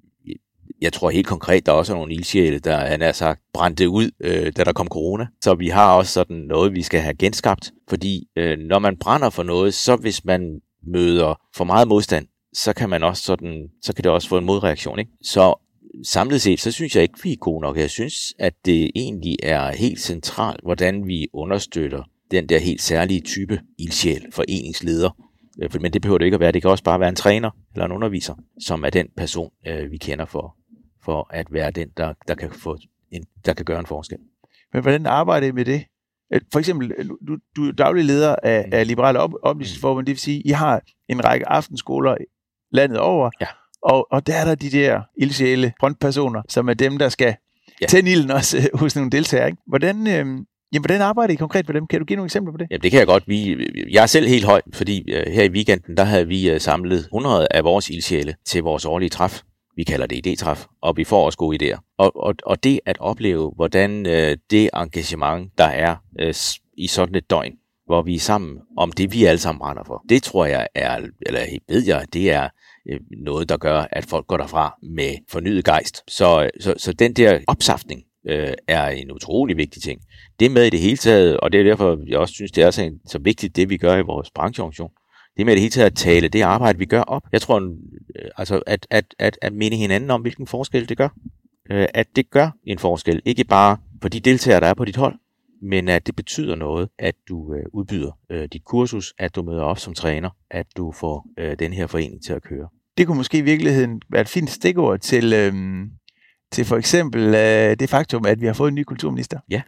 Jeg tror helt konkret, der er også nogle ildsjæle, der han er sagt brændte ud, øh, da der kom corona. Så vi har også sådan noget, vi skal have genskabt. Fordi øh, når man brænder for noget, så hvis man møder for meget modstand, så kan man også sådan, så kan det også få en modreaktion, ikke? Så samlet set, så synes jeg ikke, vi er gode nok. Jeg synes, at det egentlig er helt centralt, hvordan vi understøtter den der helt særlige type ildsjæl, foreningsleder. Men det behøver det ikke at være. Det kan også bare være en træner eller en underviser, som er den person, øh, vi kender for, for at være den, der, der, kan få en, der kan gøre en forskel. Men hvordan arbejder I med det? For eksempel, du, du er daglig leder af, af Liberale Oplysningsforbund, det vil sige, I har en række aftenskoler landet over, ja. Og, og der er der de der ildsjæle frontpersoner, som er dem, der skal ja. tænde ilden også øh, hos nogle deltagere. Ikke? Hvordan, øh, jamen, hvordan arbejder I konkret på dem? Kan du give nogle eksempler på det? Ja, det kan jeg godt. Vi, jeg er selv helt høj, fordi øh, her i weekenden, der havde vi øh, samlet hundrede af vores ildsjæle til vores årlige træf. Vi kalder det idétræf, og vi får også gode idéer. Og, og, og det at opleve, hvordan øh, det engagement, der er øh, i sådan et døgn, hvor vi er sammen om det, vi alle sammen brænder for, det tror jeg er, eller ved jeg, det er øh, noget, der gør, at folk går derfra med fornyet gejst. Så, så, så den der opsaftning øh, er en utrolig vigtig ting. Det er med i det hele taget, og det er derfor, jeg også synes, det er så, en, så vigtigt, det vi gør i vores brancheorganisation. Det med det hele taget at tale det arbejde, vi gør op. Jeg tror, øh, altså, at, at, at, at minde hinanden om, hvilken forskel det gør. Øh, at det gør en forskel. Ikke bare for de deltagere, der er på dit hold, men at det betyder noget, at du øh, udbyder øh, dit kursus, at du møder op som træner, at du får øh, den her forening til at køre. Det kunne måske i virkeligheden være et fint stikord til, øh, til for eksempel øh, det faktum, at vi har fået en ny kulturminister. Ja.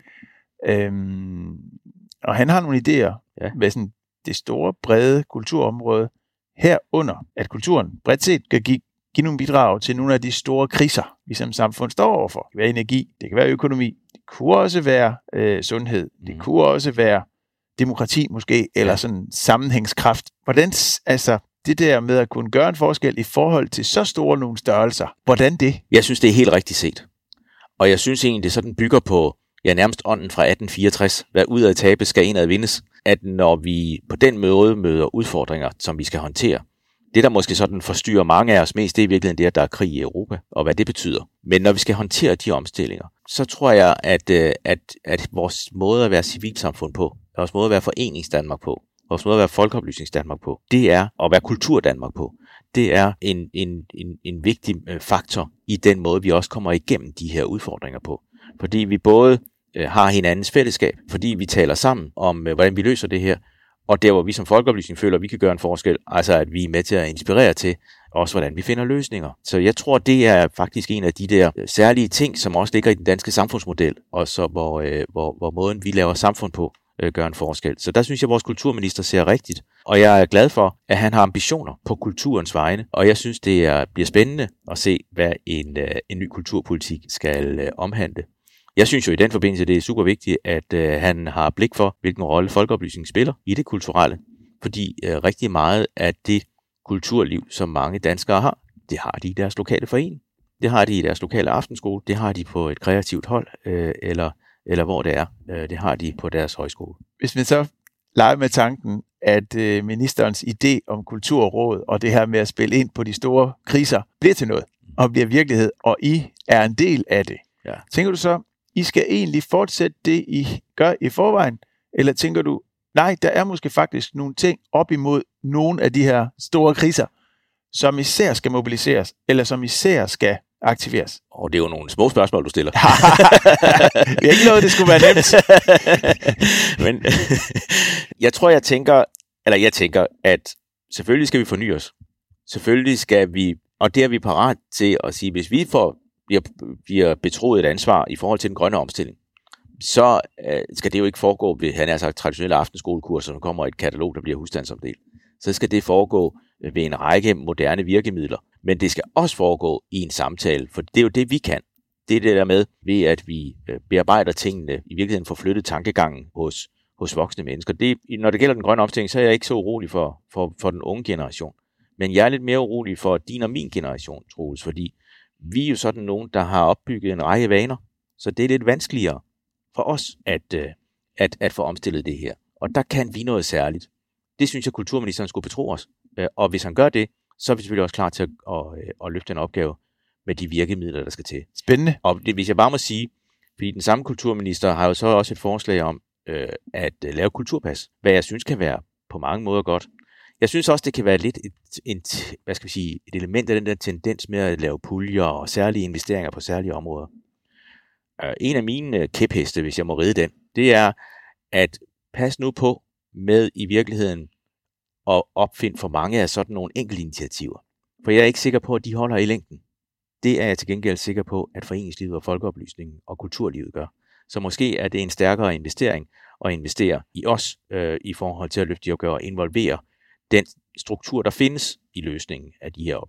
Øhm, og han har nogle idéer ja. med sådan det store, brede kulturområde herunder, at kulturen bredt set kan give, give nogle bidrag til nogle af de store kriser, vi som samfund står overfor. Det kan være energi, det kan være økonomi, det kunne også være øh, sundhed, det mm. kunne også være demokrati måske, eller ja. sådan sammenhængskraft. Hvordan, altså det der med at kunne gøre en forskel i forhold til så store nogle størrelser, hvordan det? Jeg synes, det er helt rigtigt set. Og jeg synes egentlig, det sådan bygger på ja, nærmest ånden fra atten fireogtres, hvad ud af tabe skal indad vindes, at når vi på den måde møder udfordringer, som vi skal håndtere, det der måske sådan forstyrrer mange af os mest, det er i virkeligheden det, at der er krig i Europa, og hvad det betyder. Men når vi skal håndtere de omstillinger, så tror jeg, at, at, at vores måde at være civilsamfund på, vores måde at være foreningsdanmark på, vores måde at være folkeoplysningsdanmark på, det er at være kulturdanmark på. Det er en, en, en, en vigtig faktor i den måde, vi også kommer igennem de her udfordringer på. Fordi vi både har hinandens fællesskab, fordi vi taler sammen om, hvordan vi løser det her, og der, hvor vi som folkeoplysning føler, at vi kan gøre en forskel, altså at vi er med til at inspirere til, også hvordan vi finder løsninger. Så jeg tror, det er faktisk en af de der særlige ting, som også ligger i den danske samfundsmodel, og så hvor, øh, hvor, hvor måden, vi laver samfund på, øh, gør en forskel. Så der synes jeg, at vores kulturminister ser rigtigt, og jeg er glad for, at han har ambitioner på kulturens vegne, og jeg synes, det er, bliver spændende at se, hvad en, øh, en ny kulturpolitik skal øh, omhandle. Jeg synes jo i den forbindelse, det er super vigtigt, at øh, han har blik for, hvilken rolle folkeoplysning spiller i det kulturelle. Fordi øh, rigtig meget af det kulturliv, som mange danskere har, det har de i deres lokale forening. Det har de i deres lokale aftenskole. Det har de på et kreativt hold, øh, eller, eller hvor det er. Øh, det har de på deres højskole. Hvis vi så leger med tanken, at øh, ministerens idé om kulturråd og det her med at spille ind på de store kriser bliver til noget og bliver virkelighed, og I er en del af det. Ja. Tænker du så, I skal egentlig fortsætte det, I gør i forvejen? Eller tænker du, nej, der er måske faktisk nogle ting op imod nogle af de her store kriser, som især skal mobiliseres, eller som især skal aktiveres? Og det er jo nogle små spørgsmål, du stiller. Det er ikke noget, det skulle være nemt. Men jeg tror, jeg tænker, eller jeg tænker, at selvfølgelig skal vi forny os. Selvfølgelig skal vi, og det er vi parat til at sige, hvis vi får bliver, bliver betroet et ansvar i forhold til den grønne omstilling, så øh, skal det jo ikke foregå ved, han har sagt, traditionelle aftenskolekurser, som kommer et katalog, der bliver husstandsomdelt. Så skal det foregå ved en række moderne virkemidler. Men det skal også foregå i en samtale, for det er jo det, vi kan. Det er det der med, ved at vi øh, bearbejder tingene, i virkeligheden får flyttet tankegangen hos, hos voksne mennesker. Det, når det gælder den grønne omstilling, så er jeg ikke så urolig for, for, for den unge generation. Men jeg er lidt mere urolig for din og min generation, Troels, fordi vi er jo sådan nogen, der har opbygget en række vaner, så det er lidt vanskeligere for os at, at, at få omstillet det her. Og der kan vi noget særligt. Det synes jeg, kulturministeren skulle betro os. Og hvis han gør det, så er vi selvfølgelig også klar til at, at, at løfte en opgave med de virkemidler, der skal til. Spændende. Og det, hvis jeg bare må sige, fordi den samme kulturminister har jo så også et forslag om øh, at lave kulturpas, hvad jeg synes kan være på mange måder godt. Jeg synes også, det kan være lidt et, et, hvad skal vi sige, et element af den der tendens med at lave puljer og særlige investeringer på særlige områder. Uh, en af mine kæpheste, hvis jeg må ride den, det er at passe nu på med i virkeligheden at opfinde for mange af sådan nogle enkelte initiativer. For jeg er ikke sikker på, at de holder i længden. Det er jeg til gengæld sikker på, at foreningslivet og folkeoplysningen og kulturlivet gør. Så måske er det en stærkere investering at investere i os øh, i forhold til at løfte de opgaver og involvere den struktur, der findes i løsningen af de her opgaver.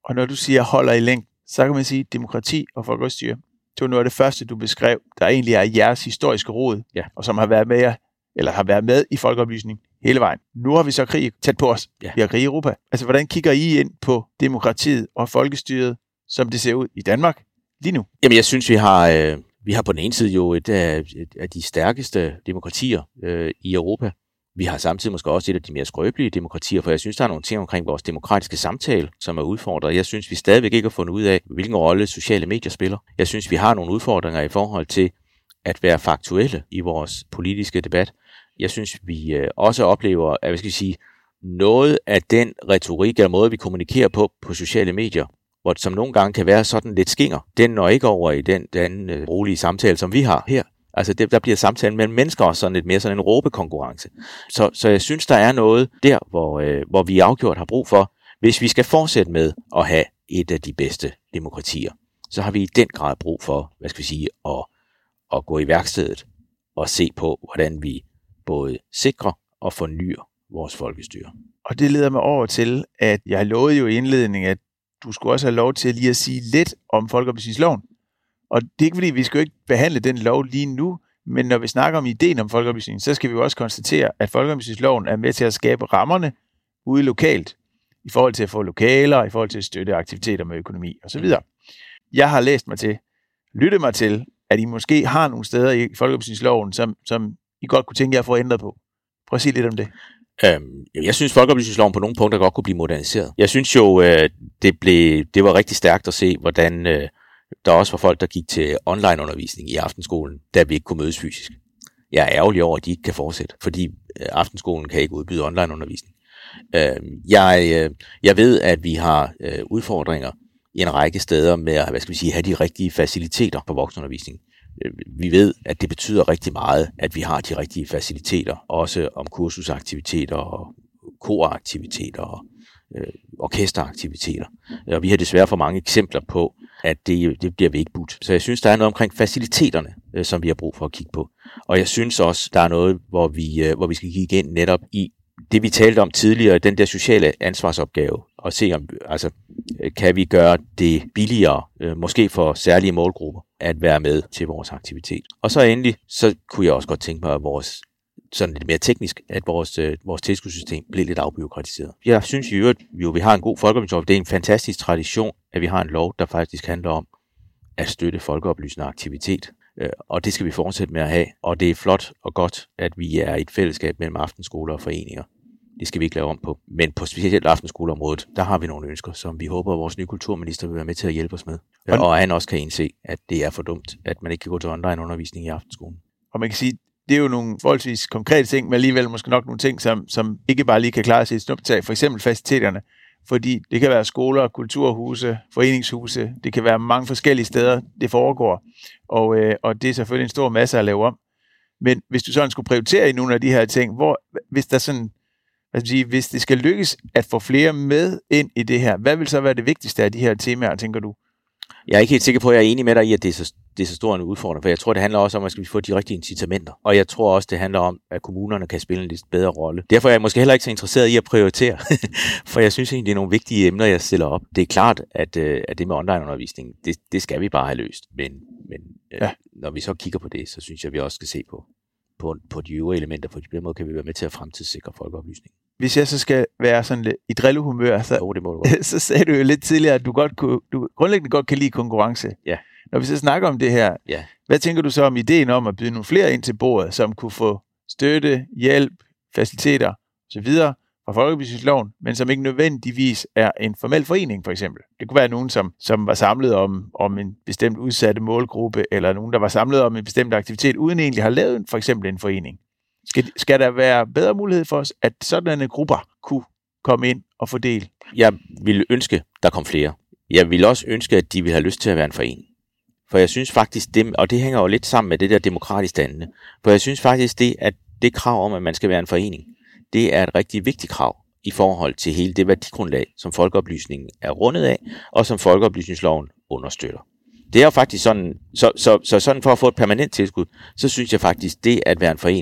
Og når du siger holder i længden, så kan man sige, at demokrati og folkestyre, det var noget af det første, du beskrev, der egentlig er jeres historiske rod, ja. og som har været med, eller har været med i folkeoplysning hele vejen. Nu har vi så krig tæt på os. Ja. Vi har krig i Europa. Altså, hvordan kigger I ind på demokratiet og folkestyret, som det ser ud i Danmark lige nu? Jamen, jeg synes, vi har, øh, vi har på den ene side jo et af, et af de stærkeste demokratier øh, i Europa. Vi har samtidig måske også et af de mere skrøbelige demokratier, for jeg synes, der er nogle ting omkring vores demokratiske samtale, som er udfordret. Jeg synes, vi stadigvæk ikke har fundet ud af, hvilken rolle sociale medier spiller. Jeg synes, vi har nogle udfordringer i forhold til at være faktuelle i vores politiske debat. Jeg synes, vi øh, også oplever, at hvad skal jeg sige, noget af den retorik eller måde, vi kommunikerer på på sociale medier, hvor det som nogle gange kan være sådan lidt skinger, den når ikke over i den, den øh, rolige samtale, som vi har her. Altså det, der bliver samtalen mellem mennesker også sådan lidt mere sådan en råbekonkurrence. Så, så jeg synes, der er noget der, hvor, øh, hvor vi afgjort har brug for, hvis vi skal fortsætte med at have et af de bedste demokratier, så har vi i den grad brug for, hvad skal vi sige, at, at gå i værkstedet og se på, hvordan vi både sikrer og fornyer vores folkestyre. Og det leder mig over til, at jeg lovede jo i indledningen, at du skulle også have lov til lige at sige lidt om folkeoplysningsloven. Og det er ikke fordi, vi skal jo ikke behandle den lov lige nu, men når vi snakker om ideen om folkeoplysning, så skal vi jo også konstatere, at folkeoplysningsloven er med til at skabe rammerne ude lokalt, i forhold til at få lokaler, i forhold til at støtte aktiviteter med økonomi osv. Jeg har læst mig til, lyttet mig til, at I måske har nogle steder i folkeoplysningsloven, som, som I godt kunne tænke jer at få ændret på. Prøv at sige lidt om det. Øhm, jeg synes, folkeoplysningsloven på nogle punkter godt kunne blive moderniseret. Jeg synes jo, øh, det, blev, det var rigtig stærkt at se, hvordan øh, der også var folk, der gik til onlineundervisning i aftenskolen, da vi ikke kunne mødes fysisk. Jeg er ærgerlig over, at de ikke kan fortsætte, fordi øh, aftenskolen kan ikke udbyde onlineundervisning. Øh, jeg, øh, jeg ved, at vi har øh, udfordringer i en række steder med at hvad skal vi sige, have de rigtige faciliteter for voksenundervisning. Vi ved, at det betyder rigtig meget, at vi har de rigtige faciliteter, også om kursusaktiviteter og koraktiviteter og øh, orkesteraktiviteter. Og vi har desværre for mange eksempler på, at det, det bliver vi ikke budt. Så jeg synes, der er noget omkring faciliteterne, øh, som vi har brug for at kigge på. Og jeg synes også, der er noget, hvor vi, øh, hvor vi skal kigge ind netop i det, vi talte om tidligere, den der sociale ansvarsopgave, og se om, altså, kan vi gøre det billigere, øh, måske for særlige målgrupper, at være med til vores aktivitet. Og så endelig, så kunne jeg også godt tænke mig, at vores, sådan lidt mere teknisk, at vores, øh, vores tilskudssystem blev lidt afbureaukratiseret. Jeg synes jo, at vi, jo, vi har en god folkeoplysningslov. Det er en fantastisk tradition, at vi har en lov, der faktisk handler om at støtte folkeoplysende aktivitet. Øh, og det skal vi fortsætte med at have. Og det er flot og godt, at vi er et fællesskab mellem aftenskoler og foreninger. Det skal vi ikke lave om på. Men på specielt aftenskoleområdet, der har vi nogle ønsker, som vi håber, at vores nye kulturminister vil være med til at hjælpe os med. Og, og han også kan indse, at det er for dumt, at man ikke kan gå til online undervisning i aftenskolen. Og man kan sige, det er jo nogle forholdsvis konkrete ting, men alligevel måske nok nogle ting, som, som ikke bare lige kan klare sig i et snuptag. For eksempel faciliteterne. Fordi det kan være skoler, kulturhuse, foreningshuse. Det kan være mange forskellige steder, det foregår. Og, øh, og det er selvfølgelig en stor masse at lave om. Men hvis du sådan skulle prioritere i nogle af de her ting, hvor hvis der sådan Altså, hvis det skal lykkes at få flere med ind i det her, hvad vil så være det vigtigste af de her temaer, tænker du? Jeg er ikke helt sikker på, at jeg er enig med dig i, at det er så, det er så stor en udfordring, for jeg tror, det handler også om, at vi skal få de rigtige incitamenter. Og jeg tror også, det handler om, at kommunerne kan spille en lidt bedre rolle. Derfor er jeg måske heller ikke så interesseret i at prioritere, for jeg synes egentlig, det er nogle vigtige emner, jeg stiller op. Det er klart, at, at det med onlineundervisning, det, det skal vi bare have løst. Men, men ja. Når vi så kigger på det, så synes jeg, vi også skal se på, på, på de øvrige elementer, for på den måde kan vi være med til at fremtidssikre folkeoplysning. Hvis jeg så skal være sådan lidt i drillehumør, så, oh, det må du så sagde du jo lidt tidligere, at du, godt kunne, du grundlæggende godt kan lide konkurrence. Ja. Når vi så snakker om det her, ja. Hvad tænker du så om ideen om at byde nogle flere ind til bordet, som kunne få støtte, hjælp, faciliteter osv. fra folkeoplysningsloven, men som ikke nødvendigvis er en formel forening, for eksempel. Det kunne være nogen, som, som var samlet om, om en bestemt udsatte målgruppe, eller nogen, der var samlet om en bestemt aktivitet, uden egentlig har lavet for eksempel en forening. Skal, skal der være bedre mulighed for os, at sådanne grupper kunne komme ind og få del? Jeg ville ønske, der kom flere. Jeg ville også ønske, at de ville have lyst til at være en forening. For jeg synes faktisk, det, og det hænger jo lidt sammen med det der demokratisk dannende, for jeg synes faktisk, det, at det krav om, at man skal være en forening, det er et rigtig vigtigt krav i forhold til hele det værdigrundlag, som folkeoplysningen er rundet af, og som folkeoplysningsloven understøtter. Det er jo faktisk sådan, så, så, så sådan for at få et permanent tilskud, så synes jeg faktisk, det at være en forening,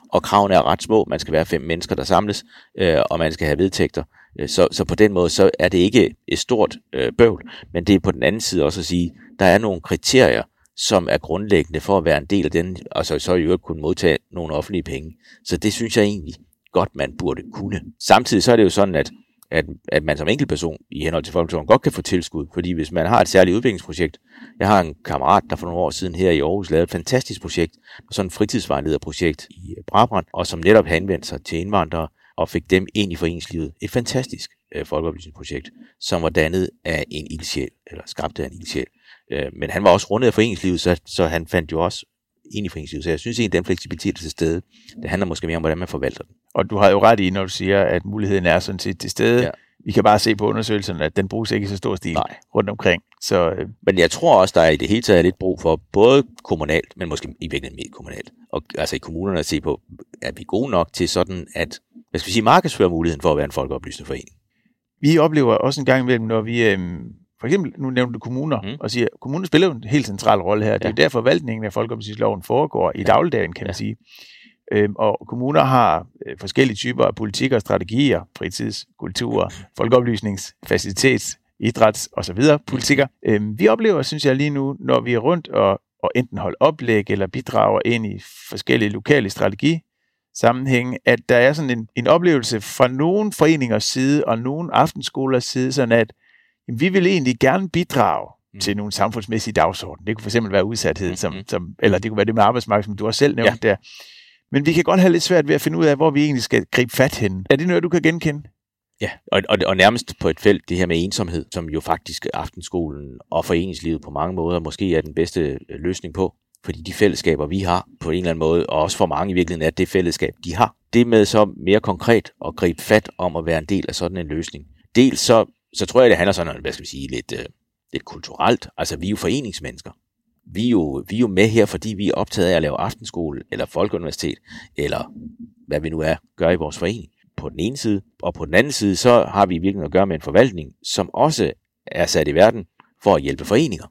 og kravene er ret små. Man skal være fem mennesker, der samles, øh, og man skal have vedtægter. Så, så på den måde, så er det ikke et stort øh, bøvl, men det er på den anden side også at sige, der er nogle kriterier, som er grundlæggende for at være en del af den, og så, så i øvrigt kunne modtage nogle offentlige penge. Så det synes jeg egentlig godt, man burde kunne. Samtidig så er det jo sådan, at, at, at man som enkeltperson i henhold til folkeskolen godt kan få tilskud, fordi hvis man har et særligt udviklingsprojekt, jeg har en kammerat, der for nogle år siden her i Aarhus lavede et fantastisk projekt, sådan et fritidsvejlederprojekt i Brabrand, og som netop henvendte sig til indvandrere, og fik dem ind i foreningslivet. Et fantastisk øh, folkeoplysningsprojekt, som var dannet af en ildsjæl, eller skabt af en ildsjæl. Øh, men han var også rundet af foreningslivet, så, så han fandt jo også ind i foreningslivet. Så jeg synes egentlig, den fleksibilitet er til stede. Det handler måske mere om, hvordan man forvalter den. Og du har jo ret i, når du siger, at muligheden er sådan set til stede. Ja. Vi kan bare se på undersøgelserne, at den bruges ikke i så stor stil Nej. rundt omkring. Så, øh... Men jeg tror også, der er i det hele taget lidt brug for, både kommunalt, men måske i virkeligheden mere kommunalt, og altså i kommunerne at se på, er vi gode nok til sådan, at hvad skal vi sige, markedsføre muligheden for at være en folkeoplysende forening. Vi oplever også en gang imellem, når vi, øh, for eksempel, nu nævnte du kommuner, mm. og siger, at kommunen spiller jo en helt central rolle her. Det er ja. jo der forvaltningen af folkeoplysningsloven foregår i ja. dagligdagen, kan man ja. sige. Øhm, og kommuner har øh, forskellige typer af politikker og strategier, fritids, kultur, folkeoplysnings, facilitets, idræts osv. politikker. Øhm, vi oplever, synes jeg lige nu, når vi er rundt og, og enten holder oplæg eller bidrager ind i forskellige lokale strategier, sammenhæng, at der er sådan en, en oplevelse fra nogle foreningers side og nogle aftenskolers side, sådan at jamen, vi vil egentlig gerne bidrage mm. til nogle samfundsmæssige dagsorden. Det kunne for eksempel være udsathed, som, som, eller det kunne være det med arbejdsmarkedet, som du også selv nævnte ja. der. Men vi kan godt have lidt svært ved at finde ud af, hvor vi egentlig skal gribe fat henne. Er det noget, du kan genkende? Ja, og, og, og nærmest på et felt, det her med ensomhed, som jo faktisk aftenskolen og foreningslivet på mange måder måske er den bedste løsning på. Fordi de fællesskaber, vi har på en eller anden måde, og også for mange i virkeligheden er det fællesskab, de har. Det med så mere konkret at gribe fat om at være en del af sådan en løsning. Dels så, så tror jeg, det handler sådan, hvad skal vi sige, lidt, øh, lidt kulturelt. Altså, vi er jo foreningsmennesker. Vi er, jo, vi er jo med her, fordi vi er optaget af at lave aftenskole, eller folkeuniversitet, eller hvad vi nu er, gør i vores forening. På den ene side, og på den anden side, så har vi virkelig at gøre med en forvaltning, som også er sat i verden for at hjælpe foreninger.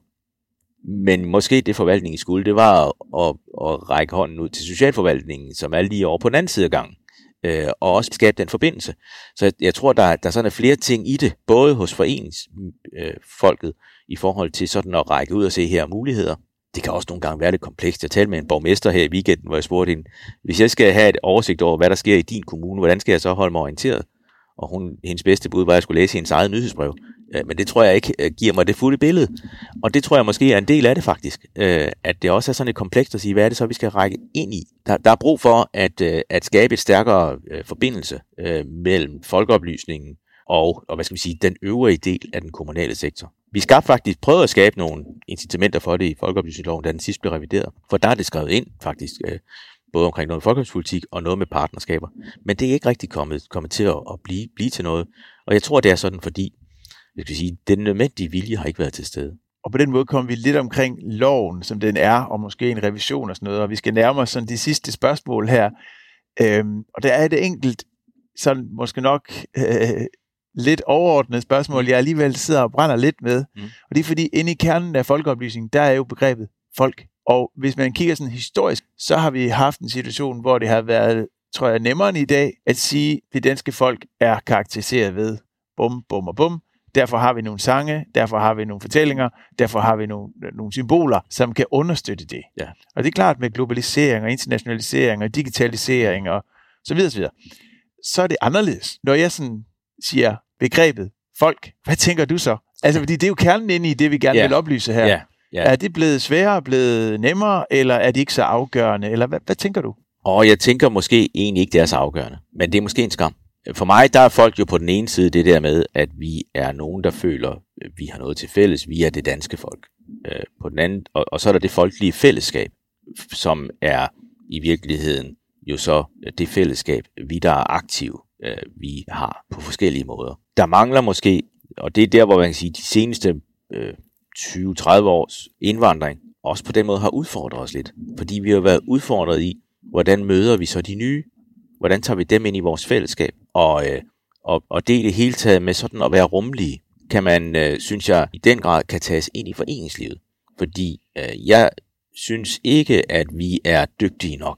Men måske det forvaltningen skulle, det var at, at, at række hånden ud til socialforvaltningen, som er lige over på den anden side af gangen, øh, og også skabe den forbindelse. Så jeg, jeg tror, der, der sådan er flere ting i det, både hos foreningsfolket, øh, i forhold til sådan at række ud og se her muligheder. Det kan også nogle gange være lidt komplekst. Jeg talte med en borgmester her i weekenden, hvor jeg spurgte hende, hvis jeg skal have et oversigt over, hvad der sker i din kommune, hvordan skal jeg så holde mig orienteret? Og hun, hendes bedste bud var, at jeg skulle læse hendes eget nyhedsbrev. Men det tror jeg ikke giver mig det fulde billede. Og det tror jeg måske er en del af det faktisk. At det også er sådan lidt komplekst at sige, hvad er det så, vi skal række ind i? Der, der er brug for at, at skabe et stærkere forbindelse mellem folkeoplysningen og, og hvad skal vi sige, den øvrige del af den kommunale sektor. Vi skal faktisk prøve at skabe nogle incitamenter for det i folkeoplysningsloven, da den sidst blev revideret. For der er det skrevet ind faktisk, både omkring noget folkeoplysningspolitik og noget med partnerskaber. Men det er ikke rigtig kommet, kommet til at, at blive, blive til noget. Og jeg tror, det er sådan, fordi jeg skal sige, den nødvendige vilje har ikke været til stede. Og på den måde kommer vi lidt omkring loven, som den er, og måske en revision og sådan noget. Og vi skal nærme os sådan de sidste spørgsmål her. Øhm, og der er et enkelt, sådan måske nok øh, lidt overordnet spørgsmål, jeg alligevel sidder og brænder lidt med. Mm. Og det er fordi, inde i kernen af folkeoplysning, der er jo begrebet folk. Og hvis man kigger sådan historisk, så har vi haft en situation, hvor det har været, tror jeg, nemmere end i dag, at sige, at det danske folk er karakteriseret ved bum, bum og bum. Derfor har vi nogle sange, derfor har vi nogle fortællinger, derfor har vi nogle, nogle symboler, som kan understøtte det. Ja. Og det er klart med globalisering og internationalisering og digitalisering og så videre, så videre. Så er det anderledes. Når jeg sådan siger begrebet folk, hvad tænker du så? Altså, fordi det er jo kernen inde i det, vi gerne yeah. vil oplyse her. Yeah. Yeah. Er det blevet sværere, blevet nemmere, eller er det ikke så afgørende? Eller hvad, hvad tænker du? Og jeg tænker måske egentlig ikke, det er så afgørende. Men det er måske en skam. For mig, der er folk jo på den ene side det der med, at vi er nogen, der føler, at vi har noget til fælles. Vi er det danske folk. Øh, på den anden, og, og så er der det folkelige fællesskab, som er i virkeligheden jo så det fællesskab, vi der er aktive, øh, vi har på forskellige måder. Der mangler måske, og det er der, hvor man kan sige, de seneste øh, tyve til tredive års indvandring også på den måde har udfordret os lidt. Fordi vi har været udfordret i, hvordan møder vi så de nye? Hvordan tager vi dem ind i vores fællesskab? Og, øh, og, og det i det hele taget med sådan at være rummelige, kan man, øh, synes jeg, i den grad kan tages ind i foreningslivet. Fordi øh, jeg synes ikke, at vi er dygtige nok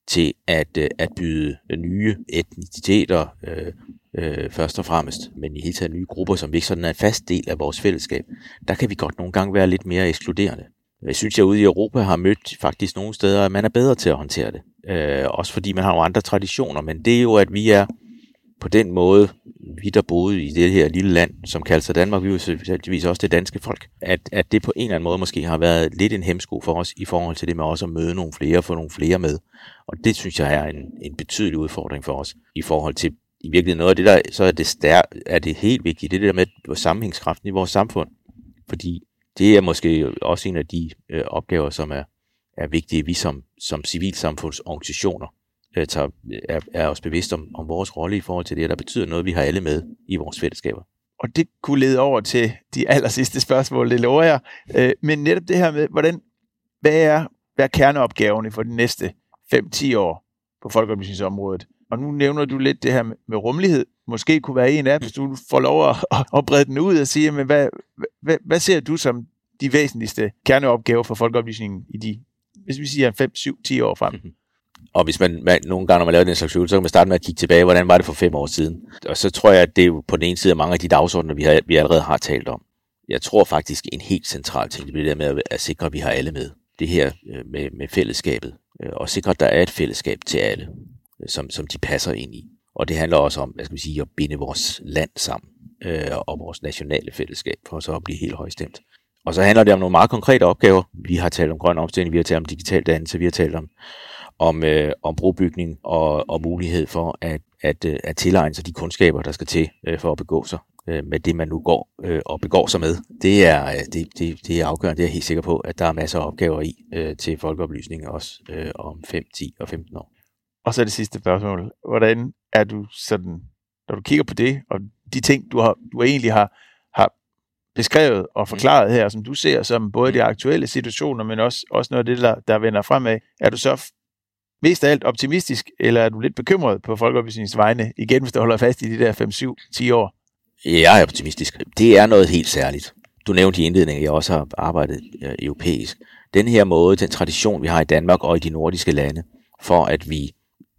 til at, at byde nye etniciteter, øh, øh, først og fremmest, men i hele taget nye grupper, som ikke sådan er en fast del af vores fællesskab, der kan vi godt nogle gange være lidt mere ekskluderende. Jeg synes, jeg ude i Europa har mødt faktisk nogle steder, at man er bedre til at håndtere det. Øh, også fordi man har nogle andre traditioner, men det er jo, at vi er på den måde, vi der boede i det her lille land, som kalder sig Danmark, vi er jo selvfølgelig også det danske folk, at, at det på en eller anden måde måske har været lidt en hemsko for os i forhold til det med også at møde nogle flere, få nogle flere med. Og det synes jeg er en, en betydelig udfordring for os i forhold til i virkeligheden noget af det der, så er det, stær, er det helt vigtigt, det der med sammenhængskraften i vores samfund. Fordi det er måske også en af de øh, opgaver, som er, er vigtige, vi som, som civilsamfundsorganisationer øh, tager, er, er også bevidste om, om vores rolle i forhold til det, der betyder noget, vi har alle med i vores fællesskaber. Og det kunne lede over til de aller sidste spørgsmål, det lover jeg. Øh, men netop det her med, hvordan, hvad er, hvad er kerneopgaverne for de næste fem til ti år på folkeoplysningsområdet? Og nu nævner du lidt det her med, med rummelighed. Måske kunne være en af dem, hvis du får lov at, at brede den ud og sige, men hvad, hvad, hvad ser du som de væsentligste kerneopgaver for folkeoplysningen i de, hvis vi siger fem, syv, ti år frem? Og hvis man, man nogle gange, når man laver den slags øvelse, så kan man starte med at kigge tilbage, hvordan var det for fem år siden? Og så tror jeg, at det er jo på den ene side af mange af de dagsordener, vi, har, vi allerede har talt om. Jeg tror faktisk, en helt central ting, det bliver det med at, at sikre, at vi har alle med. Det her med, med fællesskabet. Og sikre, at der er et fællesskab til alle, som, som de passer ind i. Og det handler også om, hvad skal vi sige, at binde vores land sammen øh, og vores nationale fællesskab, for så at blive helt højstemt. Og så handler det om nogle meget konkrete opgaver. Vi har talt om grøn omstilling, vi har talt om digital dannelse, vi har talt om, om, øh, om brobygning og, og mulighed for at, at, at tilegne sig de kundskaber, der skal til øh, for at begå sig øh, med det, man nu går øh, og begår sig med. Det er, det, det, det er afgørende, det er jeg helt sikker på, at der er masser af opgaver i øh, til folkeoplysning også øh, om fem, ti og femten år. Og så det sidste spørgsmål. Hvordan er du sådan, når du kigger på det, og de ting, du, har, du egentlig har, har beskrevet og forklaret her, som du ser som både de aktuelle situationer, men også, også noget af det, der, der vender fremad, er du så mest af alt optimistisk, eller er du lidt bekymret på folkeoplysningens vegne, igen hvis du holder fast i de der fem, syv, ti år? Jeg er optimistisk. Det er noget helt særligt. Du nævnte i indledningen, at jeg også har arbejdet øh, europæisk. Den her måde, den tradition, vi har i Danmark og i de nordiske lande, for at vi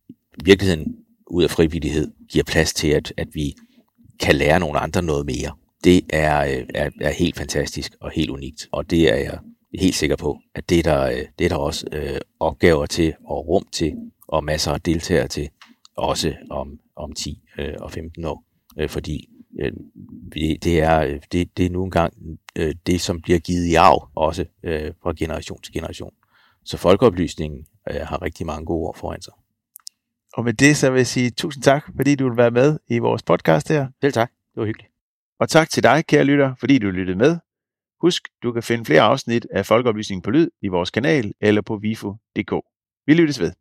i virkeligheden ud af frivillighed giver plads til, at, at vi kan lære nogle andre noget mere. Det er, er, er helt fantastisk og helt unikt, og det er jeg helt sikker på, at det er der, det er der også øh, opgaver til og rum til, og masser af deltagere til, også om, om ti øh, og femten år, øh, fordi øh, det, er, det, det er nu engang øh, det, som bliver givet i arv, også øh, fra generation til generation. Så folkeoplysningen øh, har rigtig mange gode ord foran sig. Og med det så vil jeg sige tusind tak, fordi du vil være med i vores podcast her. Selv tak. Det var hyggeligt. Og tak til dig, kære lytter, fordi du lyttede med. Husk, du kan finde flere afsnit af Folkeoplysning på Lyd i vores kanal eller på vifo punktum d k. Vi lyttes ved.